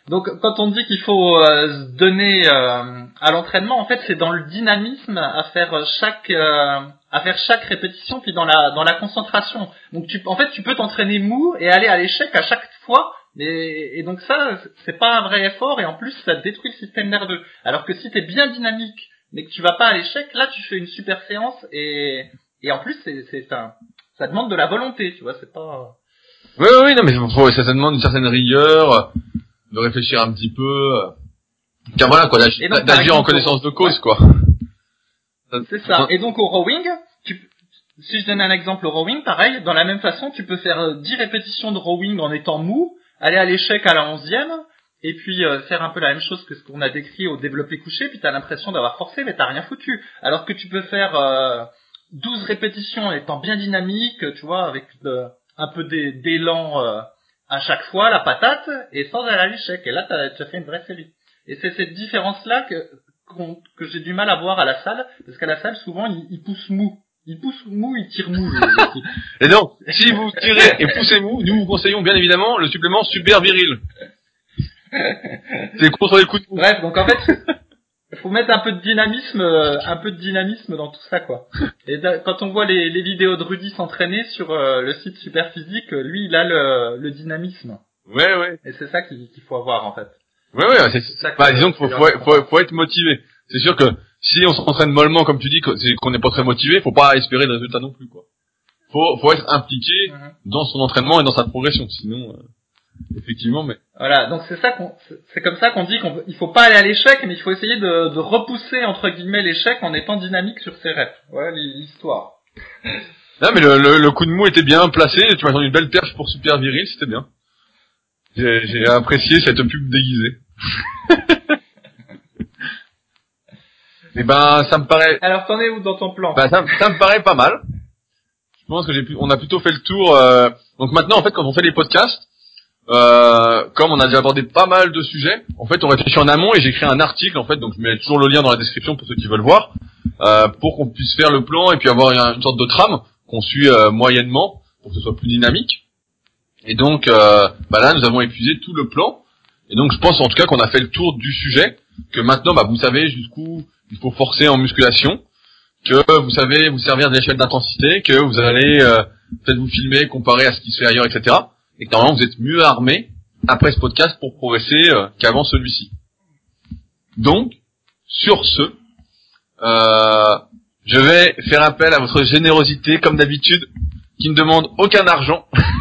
Speaker 2: Donc quand on dit qu'il faut euh, se donner euh, à l'entraînement, en fait, c'est dans le dynamisme à faire chaque euh, à faire chaque répétition, puis dans la dans la concentration. Donc tu en fait tu peux t'entraîner mou et aller à l'échec à chaque fois. Et, et donc ça, c'est pas un vrai effort et en plus ça détruit le système nerveux. Alors que si t'es bien dynamique mais que tu vas pas à l'échec, là tu fais une super séance et et en plus c'est c'est un ça demande de la volonté, tu vois, c'est pas.
Speaker 1: Oui, oui, non, mais faut, ça, ça demande une certaine rigueur, de réfléchir un petit peu, car voilà quoi, d'agir, donc, d'agir exemple, en connaissance de cause, ouais. quoi.
Speaker 2: C'est ça. Et donc au rowing, tu, si je donne un exemple au rowing, pareil, dans la même façon, tu peux faire dix répétitions de rowing en étant mou, aller à l'échec à la onzième, et puis euh, faire un peu la même chose que ce qu'on a décrit au développé couché, puis t'as l'impression d'avoir forcé, mais t'as rien foutu. Alors que tu peux faire euh, douze répétitions en étant bien dynamique, tu vois, avec de, un peu d'élan euh, à chaque fois, la patate, et sans aller à l'échec. Et là, t'as, tu as fait une vraie série. Et c'est cette différence-là que, que j'ai du mal à voir à la salle, parce qu'à la salle, souvent, ils, ils poussent mou. Ils poussent mou, ils tirent mou.
Speaker 1: Et donc, si vous tirez et poussez mou, nous vous conseillons bien évidemment le supplément super viril. C'est contre les coups de mou.
Speaker 2: Bref, donc en fait, il faut mettre un peu de dynamisme, euh, un peu de dynamisme dans tout ça, quoi. Et da, quand on voit les, les vidéos de Rudy s'entraîner sur euh, le site Super Physique, lui, il a le, le dynamisme.
Speaker 1: Ouais, ouais.
Speaker 2: Et c'est ça qu'il, qu'il faut avoir, en fait.
Speaker 1: Ouais, ouais, c'est, c'est ça. Bah, disons qu'il faut, faut, faut, faut être motivé. C'est sûr que si on s'entraîne mollement, comme tu dis, qu'on n'est pas très motivé, faut pas espérer de résultats non plus, quoi. Faut, faut être impliqué mm-hmm. dans son entraînement et dans sa progression, sinon, euh, effectivement, mais.
Speaker 2: Voilà, donc c'est ça qu'on, c'est comme ça qu'on dit qu'on, il faut pas aller à l'échec, mais il faut essayer de, de repousser entre guillemets l'échec en étant dynamique sur ses reps. Voilà l'histoire.
Speaker 1: Non, mais le, le, le coup de mou était bien placé. Tu m'as donné une belle perche pour super viril, c'était bien. J'ai, j'ai apprécié cette pub déguisée. Et ben, ça me paraît.
Speaker 2: Alors, t'en es où dans ton plan?
Speaker 1: Ben, ça, ça me paraît pas mal. Je pense que j'ai pu, on a plutôt fait le tour. Euh... Donc maintenant, en fait, quand on fait les podcasts, euh, comme on a déjà abordé pas mal de sujets, en fait, on réfléchit en amont et j'ai créé un article, en fait, donc je mets toujours le lien dans la description pour ceux qui veulent voir, euh, pour qu'on puisse faire le plan et puis avoir une, une sorte de trame qu'on suit euh, moyennement pour que ce soit plus dynamique. Et donc, euh, bah là, nous avons épuisé tout le plan. Et donc, je pense en tout cas qu'on a fait le tour du sujet, que maintenant, bah, vous savez jusqu'où il faut forcer en musculation, que vous savez vous servir de l'échelle d'intensité, que vous allez euh, peut-être vous filmer, comparer à ce qui se fait ailleurs, et cetera. Et que normalement, vous êtes mieux armé après ce podcast pour progresser euh, qu'avant celui-ci. Donc, sur ce, euh, je vais faire appel à votre générosité, comme d'habitude, qui ne demande aucun argent,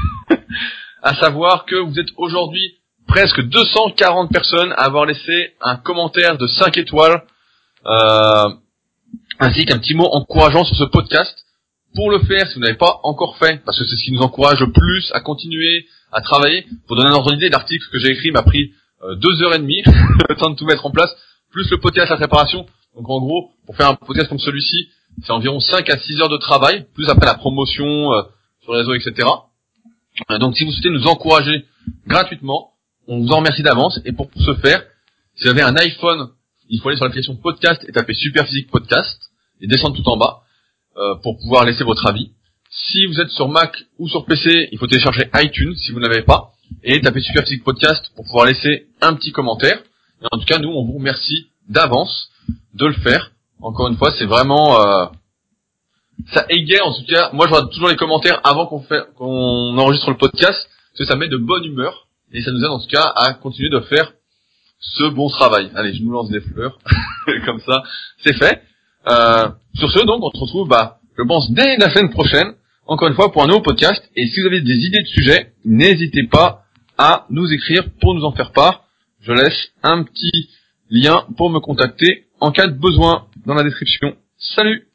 Speaker 1: à savoir que vous êtes aujourd'hui presque deux cent quarante personnes à avoir laissé un commentaire de cinq étoiles, euh, ainsi qu'un petit mot encourageant sur ce podcast. Pour le faire, si vous n'avez pas encore fait, parce que c'est ce qui nous encourage le plus à continuer à travailler, pour donner un ordre d'idée, l'article que j'ai écrit m'a pris euh, deux heures et demie, le temps de tout mettre en place, plus le podcast, la préparation. Donc en gros, pour faire un podcast comme celui-ci, c'est environ cinq à six heures de travail, plus après la promotion euh, sur les réseaux, et cetera. Euh, donc si vous souhaitez nous encourager gratuitement, on vous en remercie d'avance. Et pour ce faire, si vous avez un iPhone, il faut aller sur l'application podcast et taper Super Physique Podcast et descendre tout en bas euh, pour pouvoir laisser votre avis. Si vous êtes sur Mac ou sur P C, il faut télécharger iTunes si vous n'avez pas et taper Super Physique Podcast pour pouvoir laisser un petit commentaire. Et en tout cas, nous, on vous remercie d'avance de le faire. Encore une fois, c'est vraiment euh, ça égaye. En tout cas, moi, je regarde toujours les commentaires avant qu'on fait qu'on enregistre le podcast parce que ça met de bonne humeur et ça nous aide en tout cas à continuer de faire ce bon travail. Allez, je nous lance des fleurs. Comme ça, c'est fait. Euh, sur ce, donc, on se retrouve, bah, je pense, dès la semaine prochaine, encore une fois, pour un nouveau podcast. Et si vous avez des idées de sujets, n'hésitez pas à nous écrire pour nous en faire part. Je laisse un petit lien pour me contacter en cas de besoin dans la description. Salut!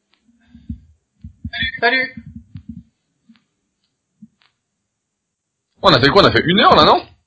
Speaker 2: Salut! Salut!
Speaker 1: On a fait quoi? On a fait une heure, là, non?